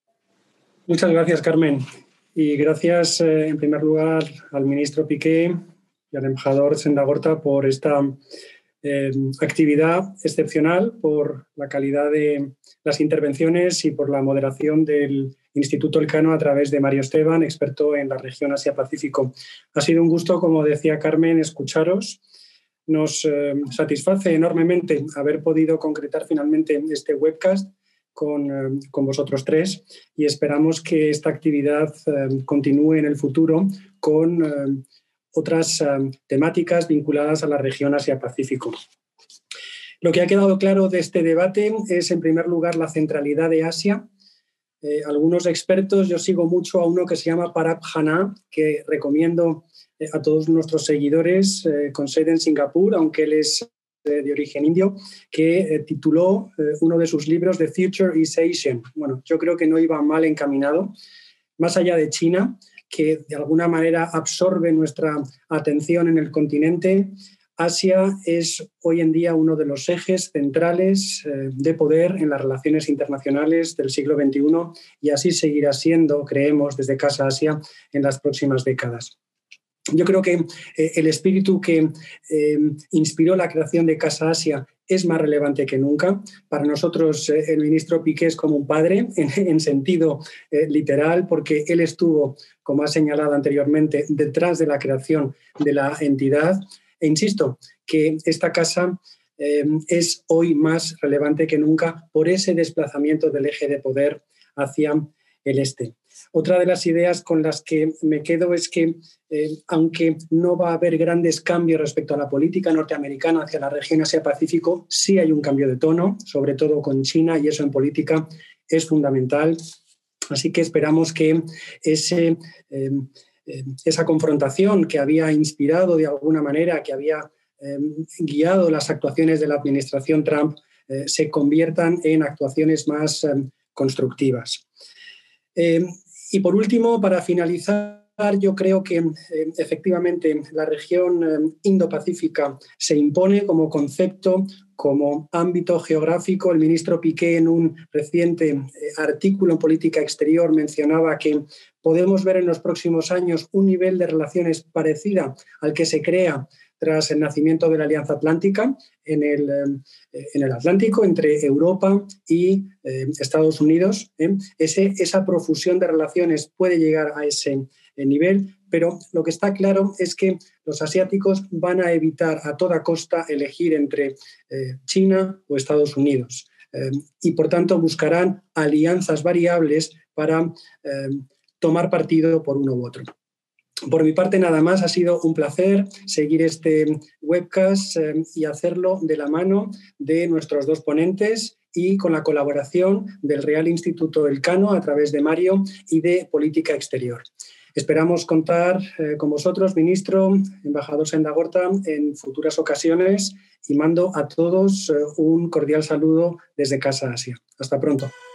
Muchas gracias, Carmen. Y gracias, eh, en primer lugar, al ministro Piqué y al embajador Sendagorta por esta eh, actividad excepcional, por la calidad de las intervenciones y por la moderación del Instituto Elcano a través de Mario Esteban, experto en la región Asia-Pacífico. Ha sido un gusto, como decía Carmen, escucharos. Nos eh, satisface enormemente haber podido concretar finalmente este webcast con, eh, con vosotros tres y esperamos que esta actividad eh, continúe en el futuro con eh, otras eh, temáticas vinculadas a la región Asia-Pacífico. Lo que ha quedado claro de este debate es, en primer lugar, la centralidad de Asia. Eh, algunos expertos, yo sigo mucho a uno que se llama Parab Hana, que recomiendo eh, a todos nuestros seguidores, eh, con sede en Singapur, aunque él es eh, de origen indio, que eh, tituló eh, uno de sus libros The Future is Asian. Bueno, yo creo que no iba mal encaminado. Más allá de China, que de alguna manera absorbe nuestra atención en el continente, Asia es hoy en día uno de los ejes centrales eh, de poder en las relaciones internacionales del siglo veintiuno y así seguirá siendo, creemos, desde Casa Asia en las próximas décadas. Yo creo que eh, el espíritu que eh, inspiró la creación de Casa Asia es más relevante que nunca. Para nosotros eh, el ministro Piqué es como un padre en, en sentido eh, literal, porque él estuvo, como ha señalado anteriormente, detrás de la creación de la entidad. E insisto que esta casa eh, es hoy más relevante que nunca por ese desplazamiento del eje de poder hacia el este. Otra de las ideas con las que me quedo es que, eh, aunque no va a haber grandes cambios respecto a la política norteamericana hacia la región Asia-Pacífico, sí hay un cambio de tono, sobre todo con China, y eso en política es fundamental. Así que esperamos que ese, eh, eh, esa confrontación que había inspirado de alguna manera, que había eh, guiado las actuaciones de la administración Trump, eh, se conviertan en actuaciones más eh, constructivas. Eh, y por último, para finalizar, yo creo que eh, efectivamente la región eh, Indo-Pacífica se impone como concepto, como ámbito geográfico. El ministro Piqué, en un reciente eh, artículo en Política Exterior, mencionaba que podemos ver en los próximos años un nivel de relaciones parecida al que se crea tras el nacimiento de la Alianza Atlántica en el, eh, en el Atlántico, entre Europa y eh, Estados Unidos. ¿eh? Ese, esa profusión de relaciones puede llegar a ese eh, nivel, pero lo que está claro es que los asiáticos van a evitar a toda costa elegir entre eh, China o Estados Unidos eh, y, por tanto, buscarán alianzas variables para eh, tomar partido por uno u otro. Por mi parte, nada más. Ha sido un placer seguir este webcast eh, y hacerlo de la mano de nuestros dos ponentes y con la colaboración del Real Instituto Elcano a través de Mario y de Política Exterior. Esperamos contar eh, con vosotros, ministro, embajador Sendagorta, en futuras ocasiones, y mando a todos eh, un cordial saludo desde Casa Asia. Hasta pronto.